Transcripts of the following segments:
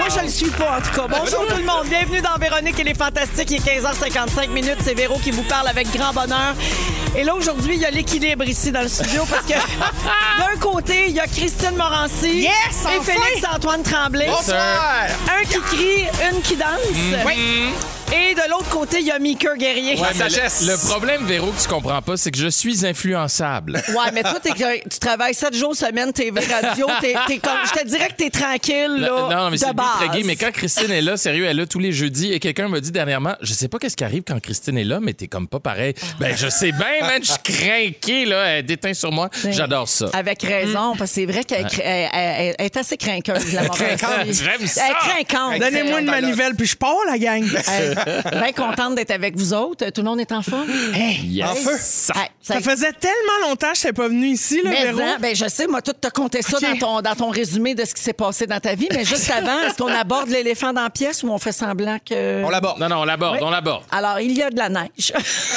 je le suis pas, en tout cas. Bonjour tout le monde. Bienvenue dans Véronique et les Fantastiques. Il est 15h55 minutes. C'est Véro qui vous parle avec grand bonheur. Et là, aujourd'hui, il y a l'équilibre ici dans le studio parce que d'un côté, il y a Christine Morancy et Félix-Antoine Tremblay. Bonsoir! Un qui crie, une qui danse. Oui. Et de l'autre côté, il y a Mika Guerrier. Ouais, mais le problème, Véro, que tu comprends pas, c'est que je suis influençable. Ouais, mais toi, tu travailles 7 jours semaine, TV radio, t'es comme, je te dirais que t'es tranquille, là. Non, mais c'est de base. très gay. Mais quand Christine est là, sérieux, elle est là tous les jeudis. Et quelqu'un m'a dit dernièrement, je sais pas qu'est-ce qui arrive quand Christine est là, mais t'es comme pas pareil. Ben, je sais bien, man, je suis craqué, là. Elle déteint sur moi. J'adore ça. Avec raison, parce que c'est vrai qu'elle elle est assez crinqueuse, la Crinquante, j'aime ça. Elle est crinquante. Donnez-moi une manivelle, puis je pars, la gang. Bien contente d'être avec vous autres. Tout le monde est en forme? Yes. En feu. Ça faisait tellement longtemps que je n'étais pas venue ici, là, Véro. Ben, je sais, moi, tout te compté ça dans ton résumé de ce qui s'est passé dans ta vie. Mais juste avant, est-ce qu'on aborde l'éléphant dans la pièce ou on fait semblant que... On l'aborde. Non, on l'aborde, Oui. on l'aborde. Alors, il y a de la neige.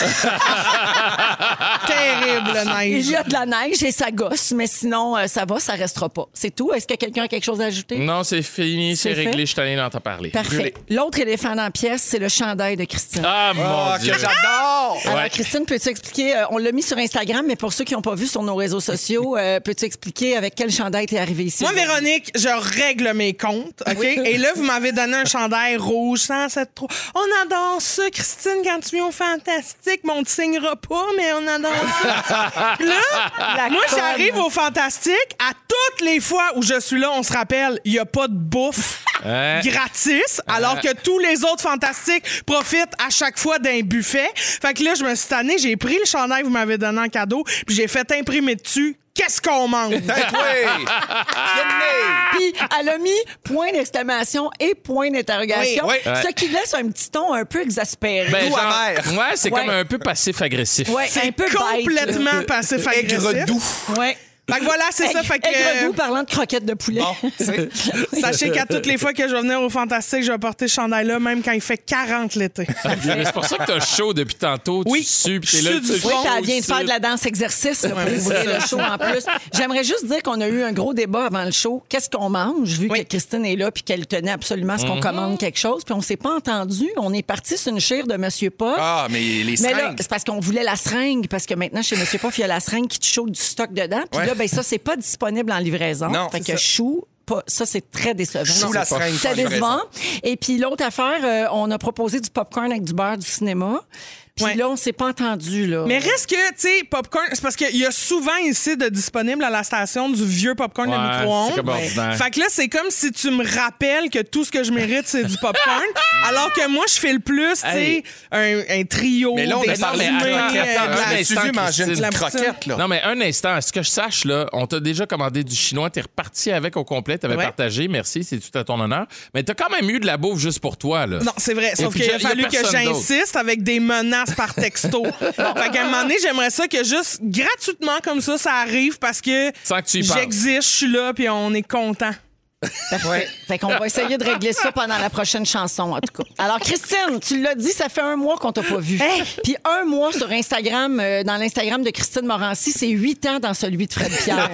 Terrible, neige. Il y a de la neige et ça gosse, mais sinon, ça va, ça restera pas. C'est tout. Est-ce que quelqu'un a quelque chose à ajouter? Non, c'est fini, c'est C'est fait? réglé. Je suis allé d'en parler. Parfait. L'autre éléphant dans la pièce, c'est le chandail de Christine. Ah, Oh, mon que Dieu. j'adore! Alors, Ouais. Christine, peux-tu expliquer, on l'a mis sur Instagram, mais pour ceux qui n'ont pas vu sur nos réseaux sociaux, peux-tu expliquer avec quel chandail t'es arrivé ici? Moi, Véronique, je règle mes comptes, OK? Et là, vous m'avez donné un chandail rouge sans être trop... On adore ça, Christine, quand tu viens au Fantastique, mais on ne te signera pas, mais on adore ça. Là, moi, j'arrive au Fantastique, à toutes les fois où je suis là, on se rappelle, il n'y a pas de bouffe gratis, alors que tous les autres Fantastiques profitent à chaque fois d'un buffet. Fait que là, je me suis tannée, j'ai pris le chandail que vous m'avez donné en cadeau, puis j'ai fait imprimer dessus « Qu'est-ce qu'on mange? » Oui! Puis elle a mis point d'exclamation et point d'interrogation, Oui, oui. ce qui laisse un petit ton un peu exaspéré. Ben, Doux genre, amer. ouais, c'est Ouais. comme un peu passif-agressif. Ouais, un peu bête, là. Complètement passif-agressif. Aigre doux. Ouais. Fait que voilà, c'est ça. Fait que... Aigre-doux, parlant de croquettes de poulet. Bon, c'est... Sachez qu'à toutes les fois que je vais venir au Fantastique, je vais porter ce chandail-là, même quand il fait 40 l'été. C'est pour ça que t'as chaud depuis tantôt. Oui. Tu sues, puis t'es Je là, suis du tu front. Oui, puis elle vient de faire de la danse-exercice là, pour ouvrir le show en plus. J'aimerais juste dire qu'on a eu un gros débat avant le show. Qu'est-ce qu'on mange, vu que Christine est là puis qu'elle tenait absolument à ce qu'on commande quelque chose. Puis on s'est pas entendu. On est parti sur une chire de Monsieur Poff. Ah, mais les Mais là, seringues. c'est parce qu'on voulait la seringue, parce que maintenant, chez Monsieur Poff, il y a la seringue qui te chaude du stock dedans. Puis Ouais. là, ben ça, c'est pas disponible en livraison. Non, Fait c'est que ça. chou, pas, ça, c'est très décevant. Chou, la seringue, C'est pas livraison. décevant. Et puis l'autre affaire, on a proposé du popcorn avec du beurre du cinéma. Puis Ouais. là, on s'est pas entendu, là. Mais reste que, tu sais, popcorn, c'est parce qu'il y a souvent ici de disponible à la station du vieux popcorn de Ouais, micro-ondes. c'est comme ordinaire. Fait que là, c'est comme si tu me rappelles que tout ce que je mérite, c'est du popcorn. Alors que moi, je fais le plus, tu sais, Hey. un trio, Mais là, on des a parlé fumées, à de attends, la- un Tu instant, veux manger une Christine. petite croquette, là. Non, mais un instant, à ce que je sache, là, on t'a déjà commandé du chinois, t'es reparti avec au complet, t'avais Ouais. partagé, merci, c'est tout à ton honneur. Mais t'as quand même eu de la bouffe juste pour toi, là. Non, c'est vrai. Et Sauf puis, qu'il y a a fallu que personne d'autre. j'insiste avec des menaces par texto. Fait qu'à un moment donné, j'aimerais ça que juste gratuitement comme ça arrive parce que Sans que tu y penses. j'existe, je suis là, puis on est content. Parfait. Fait qu'on va essayer de régler ça pendant la prochaine chanson, en tout cas. Alors, Christine, tu l'as dit, ça fait 1 mois qu'on t'a pas vu. Puis 1 mois sur Instagram, dans l'Instagram de Christine Morancy, c'est 8 ans dans celui de Fred Pierre.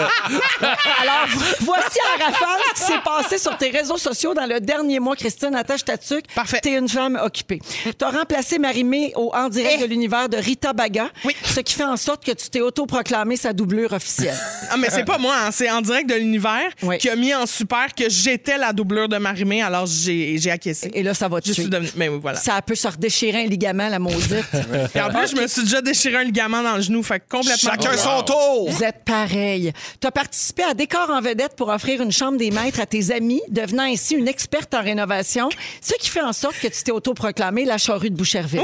Alors, voici en rafale ce qui s'est passé sur tes réseaux sociaux dans le dernier mois. Christine, attache ta tuque. Parfait. T'es une femme occupée. T'as remplacé Marie-Mé au En direct de l'univers de Rita Baga, ce qui fait en sorte que tu t'es autoproclamée sa doublure officielle. Ah, mais c'est pas moi, hein, c'est En direct de l'univers Oui. qui a mis en super que j'étais la doublure de Marie-Mé, alors j'ai acquiescé. Et là, ça va te Je tuer. suis devenue... Mais oui, voilà. Ça peut se redéchirer un ligament, la maudite. Et en plus, je me suis déjà déchiré un ligament dans le genou, fait que complètement... Chacun son tour! Vous êtes pareil. Tu as participé à Décor en vedette pour offrir une chambre des maîtres à tes amis, devenant ainsi une experte en rénovation, ce qui fait en sorte que tu t'es autoproclamée la charrue de Boucherville.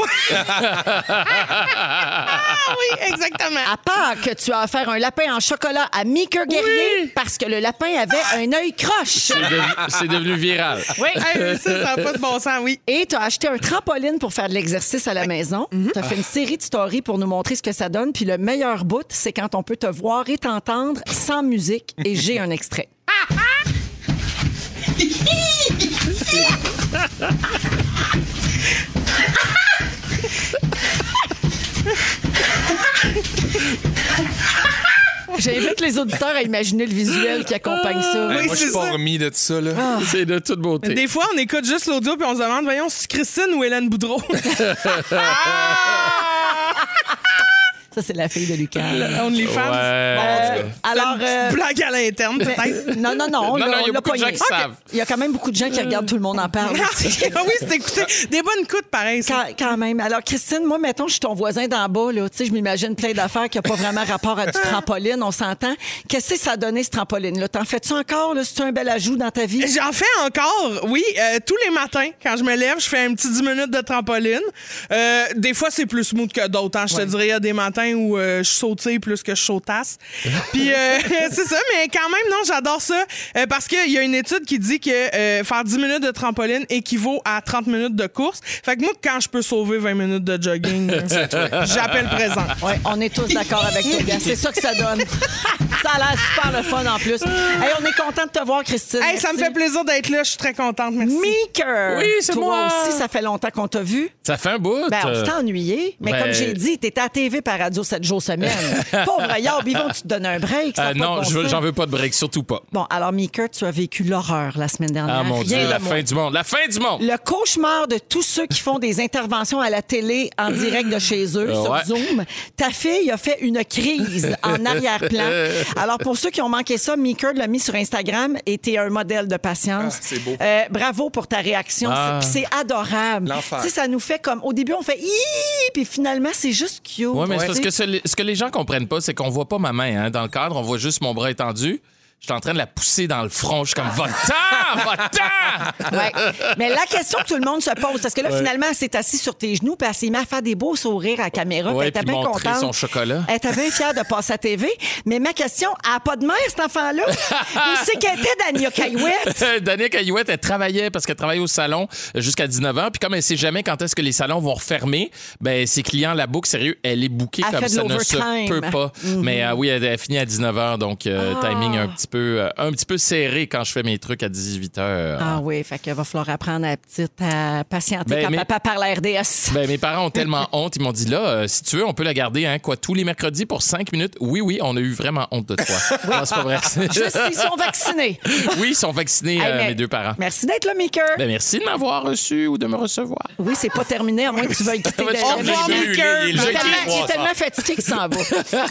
Ah oui, exactement. À part que tu as offert un lapin en chocolat à Mika Guerrier parce que le lapin avait un œil croche. C'est devenu viral. Oui. Hey, ça n'a pas de bon sens, oui. Et tu as acheté un trampoline pour faire de l'exercice à la maison. Tu as fait une série de stories pour nous montrer ce que ça donne. Puis le meilleur bout, c'est quand on peut te voir et t'entendre sans musique. Et j'ai un extrait. J'invite les auditeurs à imaginer le visuel qui accompagne ça. Oui, Moi, je c'est suis pas ça. remis de ça, là. C'est de toute beauté. Des fois, on écoute juste l'audio puis on se demande, voyons, c'est Christine ou Hélène Boudreau? Ça, c'est la fille de Lucas. OnlyFans. Ouais. Alors, Blague à l'interne, peut-être. non, Non, il y a beaucoup de gens qui savent. Il y a quand même beaucoup de gens qui regardent, tout le monde en parle. Ah oui, c'est écouté. Des bonnes coups, pareil. Ça. Quand même. Alors, Christine, moi, mettons, je suis ton voisin d'en bas, là. Tu sais, je m'imagine plein d'affaires qui n'ont pas vraiment rapport à du trampoline, on s'entend. Qu'est-ce que ça a donné, ce trampoline-là? T'en fais-tu encore, là? C'est un bel ajout dans ta vie? J'en fais encore, oui. Tous les matins, quand je me lève, je fais un petit 10 minutes de trampoline. Des fois, c'est plus smooth que d'autres. Hein. Je te dirais, il y a des matins où je sautille plus que je sautasse. Puis, c'est ça, mais quand même, non, j'adore ça. Parce qu'il y a une étude qui dit que faire 10 minutes de trampoline équivaut à 30 minutes de course. Fait que moi, quand je peux sauver 20 minutes de jogging, j'appelle présent. Oui, on est tous d'accord avec toi, gars. C'est ça que ça donne. Ça a l'air super le fun en plus. Hey, on est content de te voir, Christine. Hey, ça me fait plaisir d'être là. Je suis très contente. Merci. Meeker! Oui, c'est Toi moi. aussi, ça fait longtemps qu'on t'a vu. Ça fait un bout. Ben, on s'est ennuyé. Mais ben- comme j'ai dit, t'étais à TV par radio 7 jours semaine. Pauvre Yob, ils vont tu te donner un break. ça a pas de Non, bon sens. j'en veux pas de break, surtout pas. Bon, alors, Meeker, tu as vécu l'horreur la semaine dernière. Ah mon Rien Dieu, de la moins. fin du monde. La fin du monde. Le cauchemar de tous ceux qui font des interventions à la télé en direct de chez eux sur Ouais. Zoom. Ta fille a fait une crise en arrière-plan. Alors, pour ceux qui ont manqué ça, Meeker l'a mis sur Instagram et t'es un modèle de patience. Ah, c'est beau. Bravo pour ta réaction. Ah. Puis c'est adorable. L'enfer. Tu sais, ça nous fait comme... Au début, on fait « Hi! » Puis finalement, c'est juste cute. Oui, mais c'est parce Tu que sais. ce que les gens comprennent pas, c'est qu'on voit pas ma main hein, dans le cadre, on voit juste mon bras étendu. Je suis en train de la pousser dans le front. Je suis comme, va-t'en! Va-t'en! Ouais. Mais la question que tout le monde se pose, parce que là, finalement, elle s'est assise sur tes genoux, puis elle s'est mise à faire des beaux sourires à la caméra. puis Ouais, elle était puis bien montrer contente. son chocolat. Elle était bien fière de passer à TV. Mais ma question, elle n'a pas de mère, cet enfant-là? Où c'est qu'elle était, Dania Caillouette? Dania Caillouette, elle travaillait parce qu'elle travaillait au salon jusqu'à 19h. Puis comme elle sait jamais quand est-ce que les salons vont refermer, ben ses clients la bookent, sérieux, elle est bookée Elle comme fait de ça ne se l'overtime. peut pas. Mais oui, elle finit à 19h, donc timing un petit peu serré quand je fais mes trucs à 18h. Ah oui, fait qu'il va falloir apprendre à la petite à patienter Ben, quand mais- papa parle à RDS. Ben, mes parents ont tellement honte, ils m'ont dit là, si tu veux, on peut la garder, hein, quoi, tous les mercredis pour 5 minutes. Oui, on a eu vraiment honte de toi. Non, c'est pas vrai. Juste s'ils sont vaccinés. Oui, ils sont vaccinés, Hey, mais mes deux parents. Merci d'être là, Meeker. Ben, merci de m'avoir reçu ou de me recevoir. Oui, c'est pas terminé, à moins que tu veuilles quitter Ouais, le- je pense le- que j'ai le- brûlé, il est Il est le tellement- jeudi. il est tellement fatigué qu'il s'en va.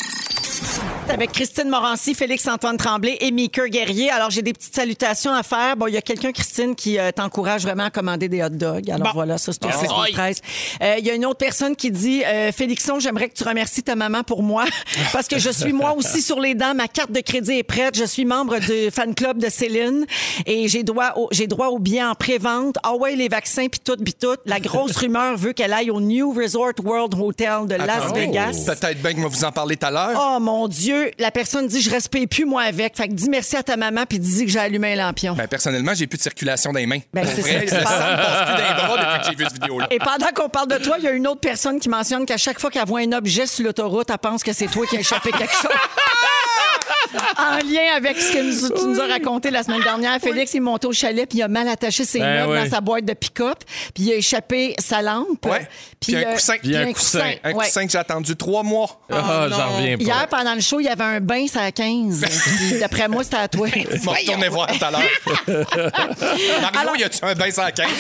Avec Christine Morancy, Félix-Antoine Tremblay et Meeker Guerrier. Alors, j'ai des petites salutations à faire. Bon, il y a quelqu'un, Christine, qui t'encourage vraiment à commander des hot dogs. Alors Bon. voilà, ça, c'est au 6 Aïe. 13. Il y a une autre personne qui dit Félixon, j'aimerais que tu remercies ta maman pour moi parce que je suis moi aussi sur les dents. Ma carte de crédit est prête. Je suis membre du fan club de Céline et j'ai droit au bien en pré-vente. Ah ouais, les vaccins, puis tout. La grosse rumeur veut qu'elle aille au New Resort World Hotel de Las Vegas. Peut-être bien que moi vous en parler tout à l'heure. Oh mon Dieu, la personne dit je respire plus moi avec. Fait que dis merci à ta maman puis dis que j'ai allumé un lampion. Ben, personnellement, j'ai plus de circulation dans les mains. Ben, Pour c'est vrai, ça le qui se sang passe. me passe plus dans les bras depuis que j'ai vu cette vidéo-là. Et pendant qu'on parle de toi, il y a une autre personne qui mentionne qu'à chaque fois qu'elle voit un objet sur l'autoroute, elle pense que c'est toi qui as échappé quelque chose. En lien avec ce que tu nous as raconté la semaine dernière, Félix est monté au chalet puis il a mal attaché ses Ben meubles oui. dans sa boîte de pick-up puis il a échappé sa lampe. Ouais. Puis un coussin. Puis un coussin. Un Ouais. coussin que j'ai attendu 3 mois. Ah, non. j'en reviens pas. Hier, pendant le show, il y avait un bain, ça à 15. Puis d'après moi, c'était à toi. Je m'en retournais voir tout à l'heure. Mario, Alors- y a-tu un bain à 15?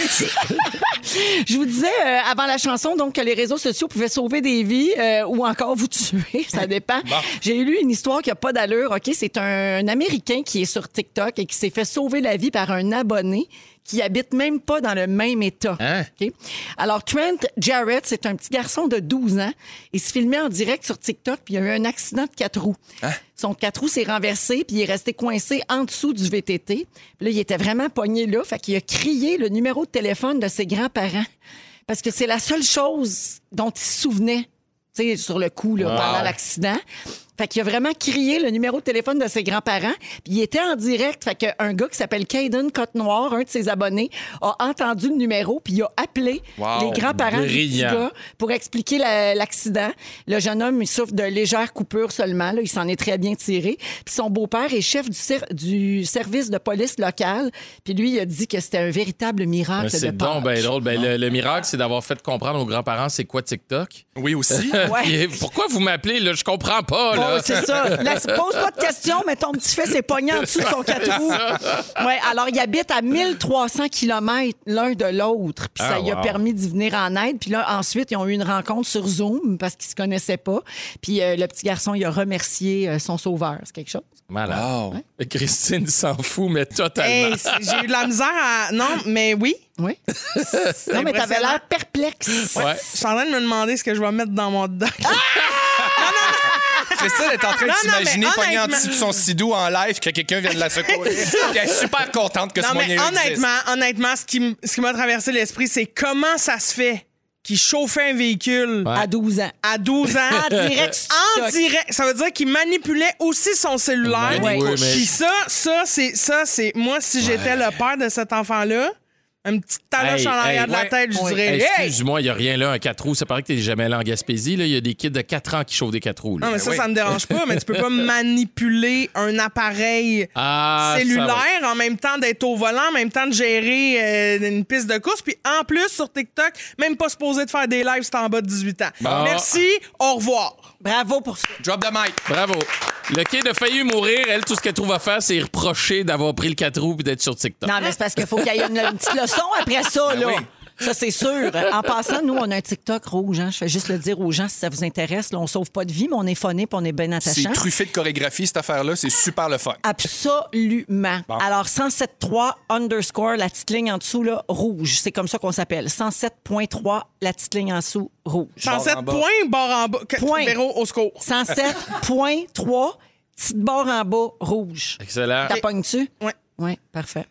Je vous disais avant la chanson donc que les réseaux sociaux pouvaient sauver des vies ou encore vous tuer, ça dépend. Bon. J'ai lu une histoire qui a pas d'allure. OK, c'est un Américain qui est sur TikTok et qui s'est fait sauver la vie par un abonné qui habite même pas dans le même État. Hein? OK? Alors, Trent Jarrett, c'est un petit garçon de 12 ans. Il se filmait en direct sur TikTok, puis il y a eu un accident de 4 roues. Son 4 roues s'est renversé, puis il est resté coincé en dessous du VTT. Puis là, il était vraiment pogné là, fait qu'il a crié le numéro de téléphone de ses grands-parents. Parce que c'est la seule chose dont il se souvenait, tu sais, sur le coup, là, pendant l'accident. Fait qu'il a vraiment crié le numéro de téléphone de ses grands-parents. Puis il était en direct. Fait qu'un gars qui s'appelle Caden Côte-Noire, un de ses abonnés, a entendu le numéro puis il a appelé Wow. les grands-parents du petit Brillant. gars pour expliquer l'accident. Le jeune homme, il souffre de légères coupures seulement. Là. Il s'en est très bien tiré. Puis son beau-père est chef du service de police local. Puis lui, il a dit que c'était un véritable miracle de C'est Pâques. donc ben drôle. Ben, le miracle, c'est d'avoir fait comprendre aux grands-parents c'est quoi TikTok. Oui, aussi. Ouais. Et pourquoi vous m'appelez, là? Je comprends pas, là. là. c'est ça. Pose pas de questions, mais ton petit-fils est pogné en dessous de son 4 roues. Ouais, alors, ils habitent à 1300 km l'un de l'autre. Puis ça lui a permis d'y venir en aide. Puis là, ensuite, ils ont eu une rencontre sur Zoom parce qu'ils se connaissaient pas. Puis le petit garçon, il a remercié son sauveur. C'est quelque chose. Malade. Wow. Ouais. Christine s'en fout, mais totalement. Hey, j'ai eu de la misère à... Non, mais oui. Oui. Non, mais t'avais l'air perplexe. Ouais. Je suis en train de me demander ce que je vais mettre dans mon hot dog. Christine est en train de Non, s'imaginer mais pogner en honnêtement- dessous de son sidou en live que quelqu'un vienne la secourir. Elle est super contente que ce Non, mais moyen existe. honnêtement, ce qui m'a traversé l'esprit, c'est comment ça se fait qu'il chauffait un véhicule À 12 ans. à 12 ans. En direct sur En TikTok. direct. Ça veut dire qu'il manipulait aussi son cellulaire. Ouais, oui, mais- Puis ça, c'est... Moi, si j'étais le père de cet enfant-là, une petite taloche Hey, en arrière hey, de la ouais. tête, je Oui. dirais... Hey, Hey! excuse-moi, il n'y a rien là, un 4 roues. Ça paraît que tu n'es jamais allé en Gaspésie. Là. Il y a des kids de 4 ans qui chauffent des 4 roues. Là. Non, mais ça, oui. ça me dérange pas, mais tu peux pas manipuler un appareil Ah, cellulaire ça va. en même temps d'être au volant, en même temps de gérer une piste de course. Puis en plus, sur TikTok, même pas supposé de faire des lives si t'es en bas de 18 ans. Bon. Merci, au revoir. Bravo pour ça. Drop the mic. Bravo. Le kid a failli mourir. Elle, tout ce qu'elle trouve à faire, c'est reprocher d'avoir pris le 4 roues et d'être sur TikTok. Non, mais c'est parce qu'il faut qu'il y ait une petite leçon après ça, là. oui. Ça, c'est sûr. En passant, nous, on a un TikTok rouge. Hein. Je fais juste le dire aux gens si ça vous intéresse. Là, on sauve pas de vie, mais on est phoné puis on est bien C'est attachant. truffé de chorégraphie, cette affaire-là. C'est super le fun. Absolument. Bon. Alors, 107.3 _ la petite ligne en dessous, là, rouge. C'est comme ça qu'on s'appelle. 107.3, la petite ligne en dessous, rouge. 107 en bas. points, barre en bas. Point. Véro, au secours. 107.3, petite barre en bas, rouge. Excellent. T'as pognes-tu? Ouais. Oui, parfait.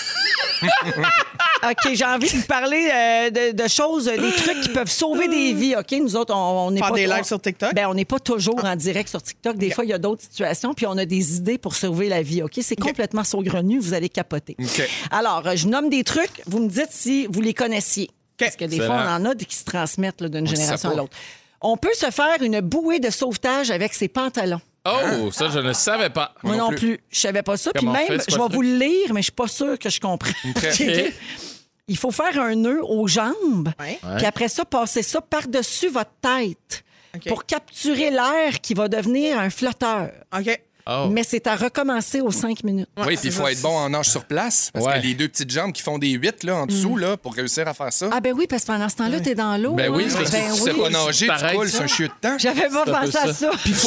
OK, j'ai envie de vous parler de choses, des trucs qui peuvent sauver des vies. OK, nous autres, on n'est Faire pas... des lives sur TikTok? Ben, on n'est pas toujours en direct sur TikTok. Des fois, il y a d'autres situations, puis on a des idées pour sauver la vie. OK, c'est complètement saugrenu, vous allez capoter. OK. Alors, je vous nomme des trucs, vous me dites si vous les connaissiez. Parce que des Excellent. fois, on en a qui se transmettent là, d'une le sait génération à pas. l'autre. On peut se faire une bouée de sauvetage avec ses pantalons. Oh, ça, je ne savais pas. Moi non plus. Je savais pas ça. Puis Comment on même, fait, c'est je quoi vais le vous le lire, mais je suis pas sûre que je comprends. OK. OK? Il faut faire un nœud aux jambes, Ouais. puis après ça, passer ça par-dessus votre tête OK. pour capturer l'air qui va devenir un flotteur. OK. Oh. Mais c'est à recommencer aux 5 minutes. Oui, puis il faut être bon en nage sur place. Parce Ouais. que les deux petites jambes qui font des 8 là, en dessous là, pour réussir à faire ça. Ah ben oui, parce que pendant ce temps-là, t'es dans l'eau. Ben oui, hein? c'est parce que Ben Tu oui. sais pas nager, tu Pareil, coules, ça. c'est un chiot de temps. J'avais pas C'est un peu pensé à ça. ça. Puis faut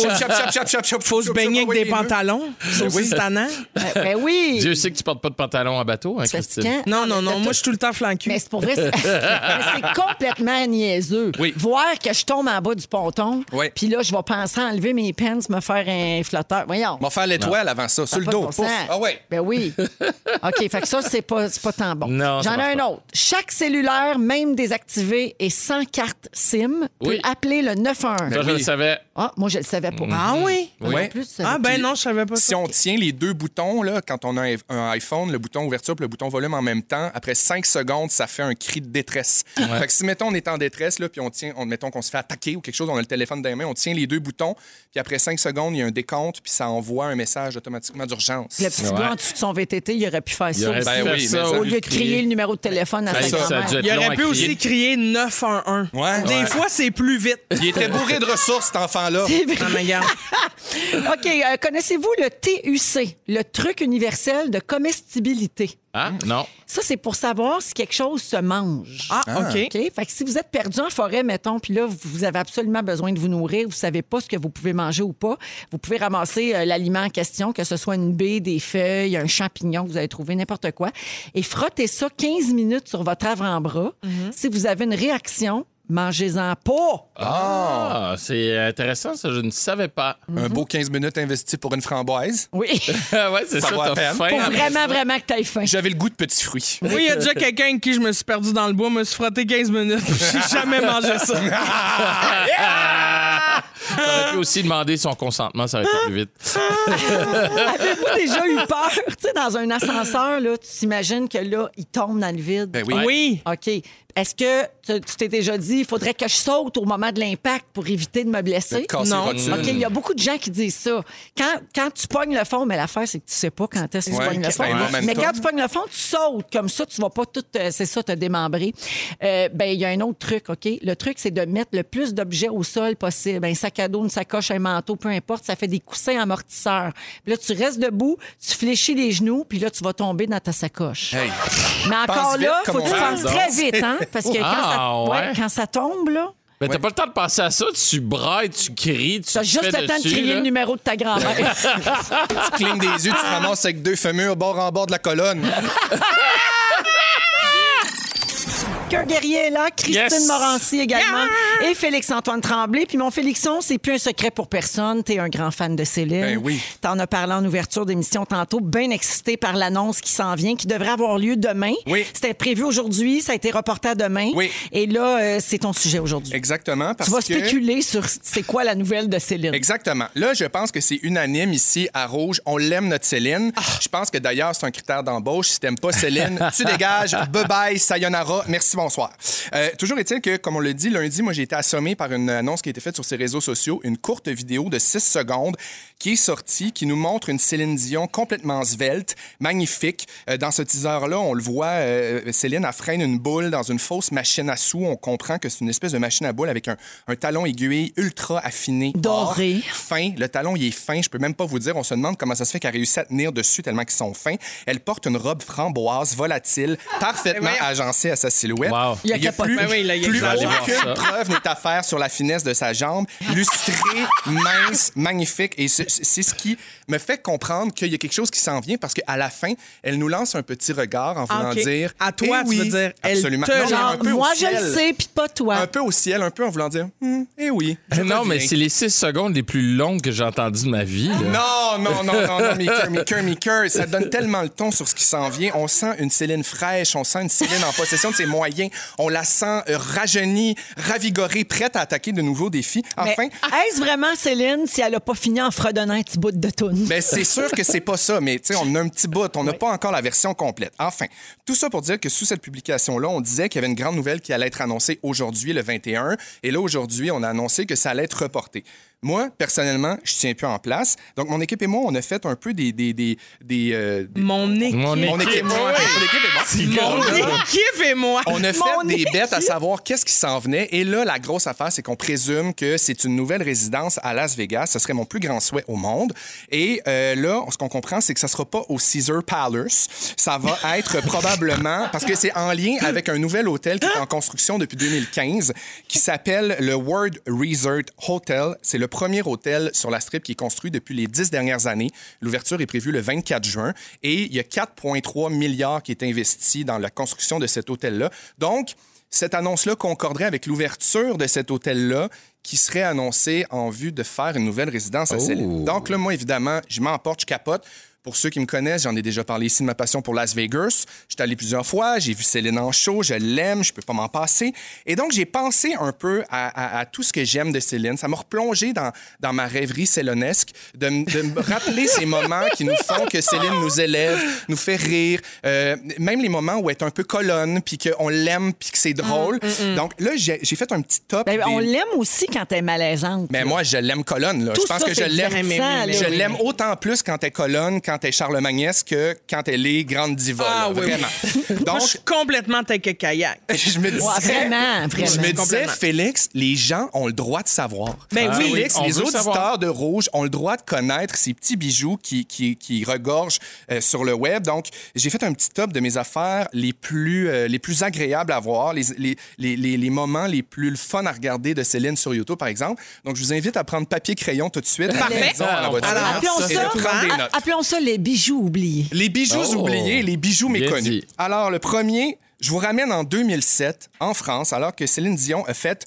Faut se baigner avec des pantalons. C'est aussi tannant. Ben oui. Dieu sait que tu portes pas de pantalon en bateau, hein, C'est Christine? fatigant. Non, non, non. T'as Moi, tout- je suis tout le temps flancu. Mais c'est pour vrai, mais c'est complètement niaiseux. Oui. Voir que je tombe en bas du ponton, Oui. puis là, je vais penser à enlever mes pants, me faire un flotteur. Voyons. On va faire l'étoile avant ça, sur le Pas de dos. bon Pouf. sens. Ah ouais. Ben oui. OK, fait que ça, c'est pas tant bon. Non, ça J'en ai marche un pas. autre. Chaque cellulaire, même désactivé et sans carte SIM, Oui. peut appeler le 911. Ça, je oui. le savais. Ah, moi, je le savais pas. Ah oui? Moi Ouais. non plus, je savais Ah pas. ben Puis, non, je savais pas Si ça. on tient les deux boutons, là, quand on a un iPhone, le bouton ouverture et le bouton volume en même temps, après 5 secondes, ça fait un cri de détresse. Fait que si, mettons, on est en détresse, là, puis mettons qu'on se fait attaquer ou quelque chose, on a le téléphone dans les mains, on tient les deux boutons, puis après 5 secondes, il y a un décompte, puis ça envoie un message automatiquement d'urgence. Le petit Ouais. gars en dessous de son VTT, il aurait pu faire Il ça aurait aussi. pu Ben faire oui, ça mais ça, Au lieu de crier le numéro de téléphone à Ben, sa ça, ça a grand-mère. dû être Il long aurait à pu crier. aussi crier 911. Ouais. Des Ouais. fois, c'est plus vite. Il était bourré de ressources, cet enfant-là. C'est vrai. Ah, mais regarde. OK, connaissez-vous le TUC, le truc universel de comestibilité? Ah, non. Ça, c'est pour savoir si quelque chose se mange. Ah, OK. OK? Fait que si vous êtes perdu en forêt, mettons, puis là, vous avez absolument besoin de vous nourrir, vous savez pas ce que vous pouvez manger ou pas, vous pouvez ramasser l'aliment en question, que ce soit une baie, des feuilles, un champignon que vous avez trouvé, n'importe quoi, et frottez ça 15 minutes sur votre avant-bras. Si vous avez une réaction, mangez-en pas. Ah, c'est intéressant, ça. Je ne savais pas. Un beau 15 minutes investi pour une framboise. Oui. Ouais, c'est Ça ça, vaut la t'as peine. faim. Pour après vraiment, ça. vraiment que t'aies faim. J'avais le goût de petits fruits. Oui, il y a déjà quelqu'un avec qui je me suis perdu dans le bois, me suis frotté 15 minutes. J'ai jamais mangé ça. T'aurais pu aussi demander son consentement, ça aurait été plus vite. Avez-vous déjà eu peur? Tu sais, dans un ascenseur, là, tu t'imagines que là, il tombe dans le vide. Ben oui. Oui. OK. Est-ce que tu t'es déjà dit, il faudrait que je saute au moment de l'impact pour éviter de me blesser? Casser Non. les rotules. OK, il y a beaucoup de gens qui disent ça. Quand tu pognes le fond, mais l'affaire, c'est que tu sais pas quand est-ce que tu Ouais, pognes le c'est fond. un momentum. Mais quand tu pognes le fond, tu sautes. Comme ça, tu vas pas tout, c'est ça, te démembrer. Ben, il y a un autre truc, OK? Le truc, c'est de mettre le plus d'objets au sol possible. Un sac à dos, une sacoche sacoche, un manteau, peu importe, ça fait des coussins amortisseurs. Puis là, tu restes debout, tu fléchis les genoux, puis là, tu vas tomber dans ta sacoche. Hey. Mais encore Pense vite, là, il faut comme que tu on penses dit. très vite, hein? Parce que quand ça tombe, là, Mais t'as pas le temps de penser à ça. Tu brailles, tu cries, tu t'as juste fais le temps de dessus, crier là. le numéro de ta grand-mère. Tu clignes des yeux, tu te ramasses avec 2 fémurs bord en bord de la colonne. Cœur guerrier est là, Christine Yes. Morancy également et Félix-Antoine Tremblay. Puis mon Félixon, c'est plus un secret pour personne. T'es un grand fan de Céline. Ben oui. T'en as parlé en ouverture d'émission tantôt, bien excité par l'annonce qui s'en vient, qui devrait avoir lieu demain. Oui. C'était prévu aujourd'hui, ça a été reporté à demain. Oui. Et là, c'est ton sujet aujourd'hui. Exactement. Parce Tu vas que... spéculer sur c'est quoi la nouvelle de Céline. Exactement. Là, je pense que c'est unanime ici à Rouge. On l'aime, notre Céline. Je pense que d'ailleurs, c'est un critère d'embauche. Si t'aimes pas Céline, tu dégages. Bye-bye, sayonara. Merci, bonsoir. Toujours est-il que, comme on l'a dit, lundi, moi, j'ai été assommé par une annonce qui a été faite sur ses réseaux sociaux, une courte vidéo de 6 secondes qui est sortie, qui nous montre une Céline Dion complètement svelte, magnifique. Dans ce teaser-là, on le voit, Céline, elle freine une boule dans une fausse machine à sous. On comprend que c'est une espèce de machine à boule avec un talon aiguille ultra affiné. Doré. Or, fin. Le talon, il est fin. Je peux même pas vous dire. On se demande comment ça se fait qu'elle a réussi à tenir dessus tellement qu'ils sont fins. Elle porte une robe framboise, volatile, parfaitement agencée à sa silhouette. Wow. Il a Il y a capoté. plus, Ben oui, là, il y a plus je vais aller voir aucune ça. preuve n'est à faire sur la finesse de sa jambe. Lustrée, mince, magnifique. Et c'est ce qui me fait comprendre qu'il y a quelque chose qui s'en vient parce qu'à la fin, elle nous lance un petit regard en voulant OK. dire... À toi, eh tu veux oui, dire, elle absolument. te Non, mais Genre, un peu au moi, je ciel. le sais, puis pas toi. Un peu au ciel, un peu en voulant dire, eh oui. je Non, mais reviens. c'est les 6 secondes les plus longues que j'ai entendues de ma vie. là. Non, Mickey, ça donne tellement le ton sur ce qui s'en vient. On sent une Céline fraîche, on sent une Céline en possession de ses moyens. On la sent rajeunie, ravigorée, prête à attaquer de nouveaux défis. Enfin, Mais est-ce vraiment Céline si elle a pas fini en fredonnant un petit bout de toune? ben c'est sûr que c'est pas ça, mais tu sais, on a un petit bout, on n'a pas encore la version complète. Enfin, tout ça pour dire que sous cette publication-là, on disait qu'il y avait une grande nouvelle qui allait être annoncée aujourd'hui, le 21, et là, aujourd'hui, on a annoncé que ça allait être reporté. Moi, personnellement, je tiens plus en place. Donc, mon équipe et moi, on a fait un peu Mon équipe. Mon équipe et moi. Mon équipe et moi. On a fait Mon des équipe. bêtes à savoir qu'est-ce qui s'en venait. Et là, la grosse affaire, c'est qu'on présume que c'est une nouvelle résidence à Las Vegas. Ce serait mon plus grand souhait au monde. Et là, ce qu'on comprend, c'est que ça sera pas au Caesar Palace. Ça va être probablement... Parce que c'est en lien avec un nouvel hôtel qui est en construction depuis 2015 qui s'appelle le World Resort Hotel. C'est le premier hôtel sur la Strip qui est construit depuis les 10 dernières années. L'ouverture est prévue le 24 juin. Et il y a 4,3 milliards qui est investi dans la construction de cet hôtel-là. Donc, cette annonce-là concorderait avec l'ouverture de cet hôtel-là qui serait annoncée en vue de faire une nouvelle résidence à Céline. Donc là, moi, évidemment, je m'emporte, je capote. Pour ceux qui me connaissent, j'en ai déjà parlé ici de ma passion pour Las Vegas. Je suis allé plusieurs fois, j'ai vu Céline en show, je l'aime, je peux pas m'en passer. Et donc, j'ai pensé un peu à tout ce que j'aime de Céline. Ça m'a replongé dans ma rêverie célonesque, de me rappeler ces moments qui nous font que Céline nous élève, nous fait rire, même les moments où elle est un peu colonne, puis qu'on l'aime, puis que c'est drôle. Donc là, j'ai fait un petit top. Ben, on des- l'aime aussi quand elle est malaisante. Mais là. moi, je l'aime colonne. Là. Tout Je pense ça, que je c'est l'aime. divertissant, là. Je l'aime autant plus quand elle est colonne, quand elle est charlemagnesque que quand elle est grande diva. Ah, là, oui, vraiment. Moi, Donc, je suis complètement tête que kayak. je me disais, Ouais, vraiment. je me disais, Complètement. Félix, les gens ont le droit de savoir. Ben oui. Félix, on les veut auditeurs savoir. de Rouge ont le droit de connaître ces petits bijoux qui regorgent sur le web. Donc, j'ai fait un petit top de mes affaires les plus agréables à voir, les moments les plus fun à regarder de Céline sur YouTube, par exemple. Donc, je vous invite à prendre papier-crayon tout de suite. à la Parfait. maison, à la voiture. Alors, Appelons Et de ça, prendre des notes. appelons ça les bijoux oubliés. Les bijoux Oh. oubliés, les bijoux Bien méconnus. dit. Alors, le premier, je vous ramène en 2007, en France, alors que Céline Dion a fait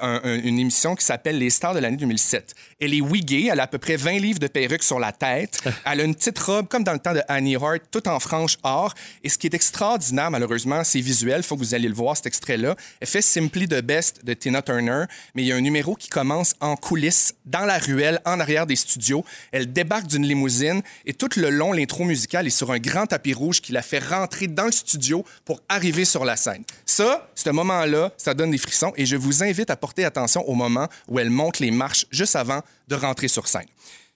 une émission qui s'appelle Les Stars de l'année 2007. Elle est wiggée, elle a à peu près 20 livres de perruque sur la tête. Elle a une petite robe, comme dans le temps de Annie Hart, tout en frange or. Et ce qui est extraordinaire, malheureusement, c'est visuel. Il faut que vous alliez le voir, cet extrait-là. Elle fait Simply the Best de Tina Turner, mais il y a un numéro qui commence en coulisses, dans la ruelle, en arrière des studios. Elle débarque d'une limousine et tout le long, l'intro musicale est sur un grand tapis rouge qui la fait rentrer dans le studio pour arriver sur la scène. Ça, ce moment-là, ça donne des frissons et je vous invite à porter attention au moment où elle monte les marches juste avant de rentrer sur scène.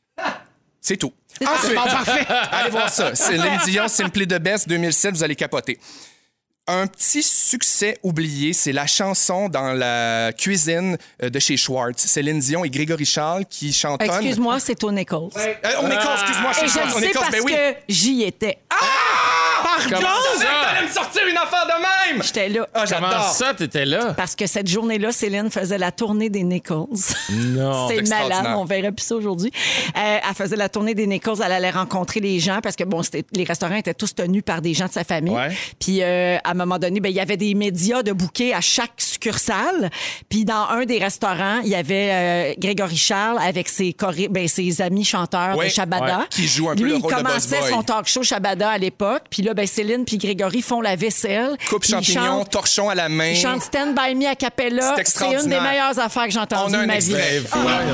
C'est tout. Ensuite, allez voir ça. Céline Dion, Simply the Best 2007, vous allez capoter. un petit succès oublié, c'est la chanson dans la cuisine de chez Schwartz. Céline Dion et Grégory Charles qui chantonnent. Excuse-moi, c'est au Nichols. On est excuse-moi, Et je Schwartz, on le sais est parce que j'y étais. Comment ça? T'allais me sortir une affaire de même! J'étais là. Ah, Comment j'adore. ça, t'étais là? Parce que cette journée-là, Céline faisait la tournée des Nichols. Non. C'est malade, extraordinaire. on verrait plus ça aujourd'hui. Elle faisait la tournée des Nichols, elle allait rencontrer les gens parce que bon, les restaurants étaient tous tenus par des gens de sa famille. Ouais. Puis à un moment donné, il y avait des médias de bouquets à chaque succursale. Puis dans un des restaurants, il y avait Grégory Charles avec ses amis chanteurs Ouais, de Shabada. ouais, qui jouent un peu Lui, le il rôle de Boss commençait Boy. son talk show Shabada à l'époque. Puis là, Céline puis Grégory font la vaisselle. Coupe Puis ils champignons, chantent- torchon à la main. ils chantent Stand By Me a cappella. C'est C'est une des extraordinaire. meilleures affaires que j'ai entendues On a de un ma vie. extrait.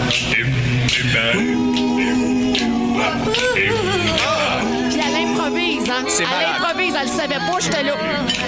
Puis elle improvise, hein? C'est Elle malade. improvise, elle le savait pas, j'étais là.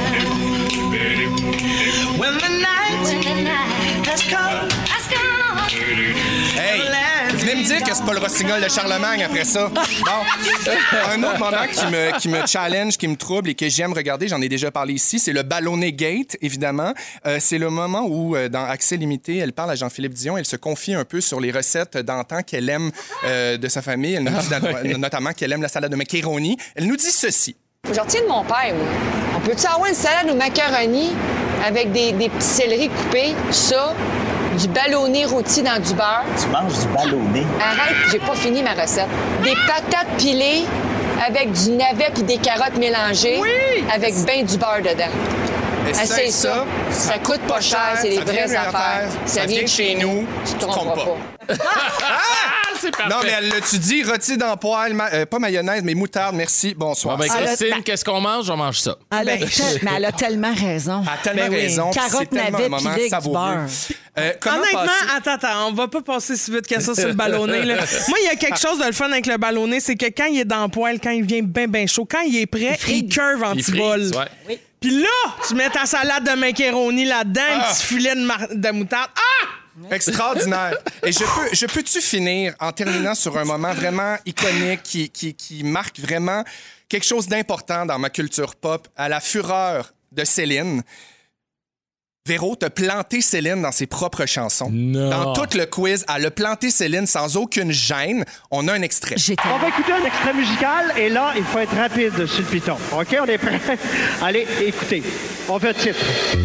Hey, venez me dire que c'est pas le rossignol de Charlemagne après ça. Bon, un autre moment qui me challenge, qui me trouble et que j'aime regarder, j'en ai déjà parlé ici, c'est le ballonné gate, évidemment. C'est le moment où, dans Accès limité, elle parle à Jean-Philippe Dion, elle se confie un peu sur les recettes d'antan qu'elle aime de sa famille. Elle nous dit notamment qu'elle aime la salade de macaroni. Elle nous dit ceci. Je retiens de mon père, moi. On peut-tu avoir une salade aux macaronis avec des petits céleris coupés, ça, du ballonné rôti dans du beurre? Tu manges du ballonné. Arrête, j'ai pas fini ma recette. Des patates pilées avec du navet puis des carottes mélangées avec ben du beurre dedans. Essaye ça. Ça coûte pas cher, c'est des vraies affaires. Ça vient de chez nous. Tu te tromperas pas. C'est parfait. Non, mais elle l'a-tu dit? Rôti dans poêle, pas mayonnaise, mais moutarde, merci, bonsoir. Bon, ben, Elle a- Christine, qu'est-ce qu'on mange? On mange ça. Mais elle a tellement raison. Elle a tellement raison. puis Carottes, c'est tellement navets, un moment pilés avec du savoureux. beurre. Comment Honnêtement, passer- attends, on va pas passer si vite que ça sur le ballonné. Là. Moi, il y a quelque chose de le fun avec le ballonné, c'est que quand il est dans le poêle, quand il vient bien chaud, quand il est prêt, il curve en Il petit frise, bol. ouais. Puis là, tu mets ta salade de macaroni là-dedans, un petit filet de moutarde. Ah! Extraordinaire. Et je peux-tu finir en terminant sur un moment vraiment iconique qui marque vraiment quelque chose d'important dans ma culture pop, à la fureur de Céline. Véro, t'as planté Céline dans ses propres chansons. Non. Dans tout le quiz, elle a planté Céline sans aucune gêne. On a un extrait. On va écouter un extrait musical et là, il faut être rapide sur le piton. OK, on est prêt? Allez, écoutez. On veut le titre.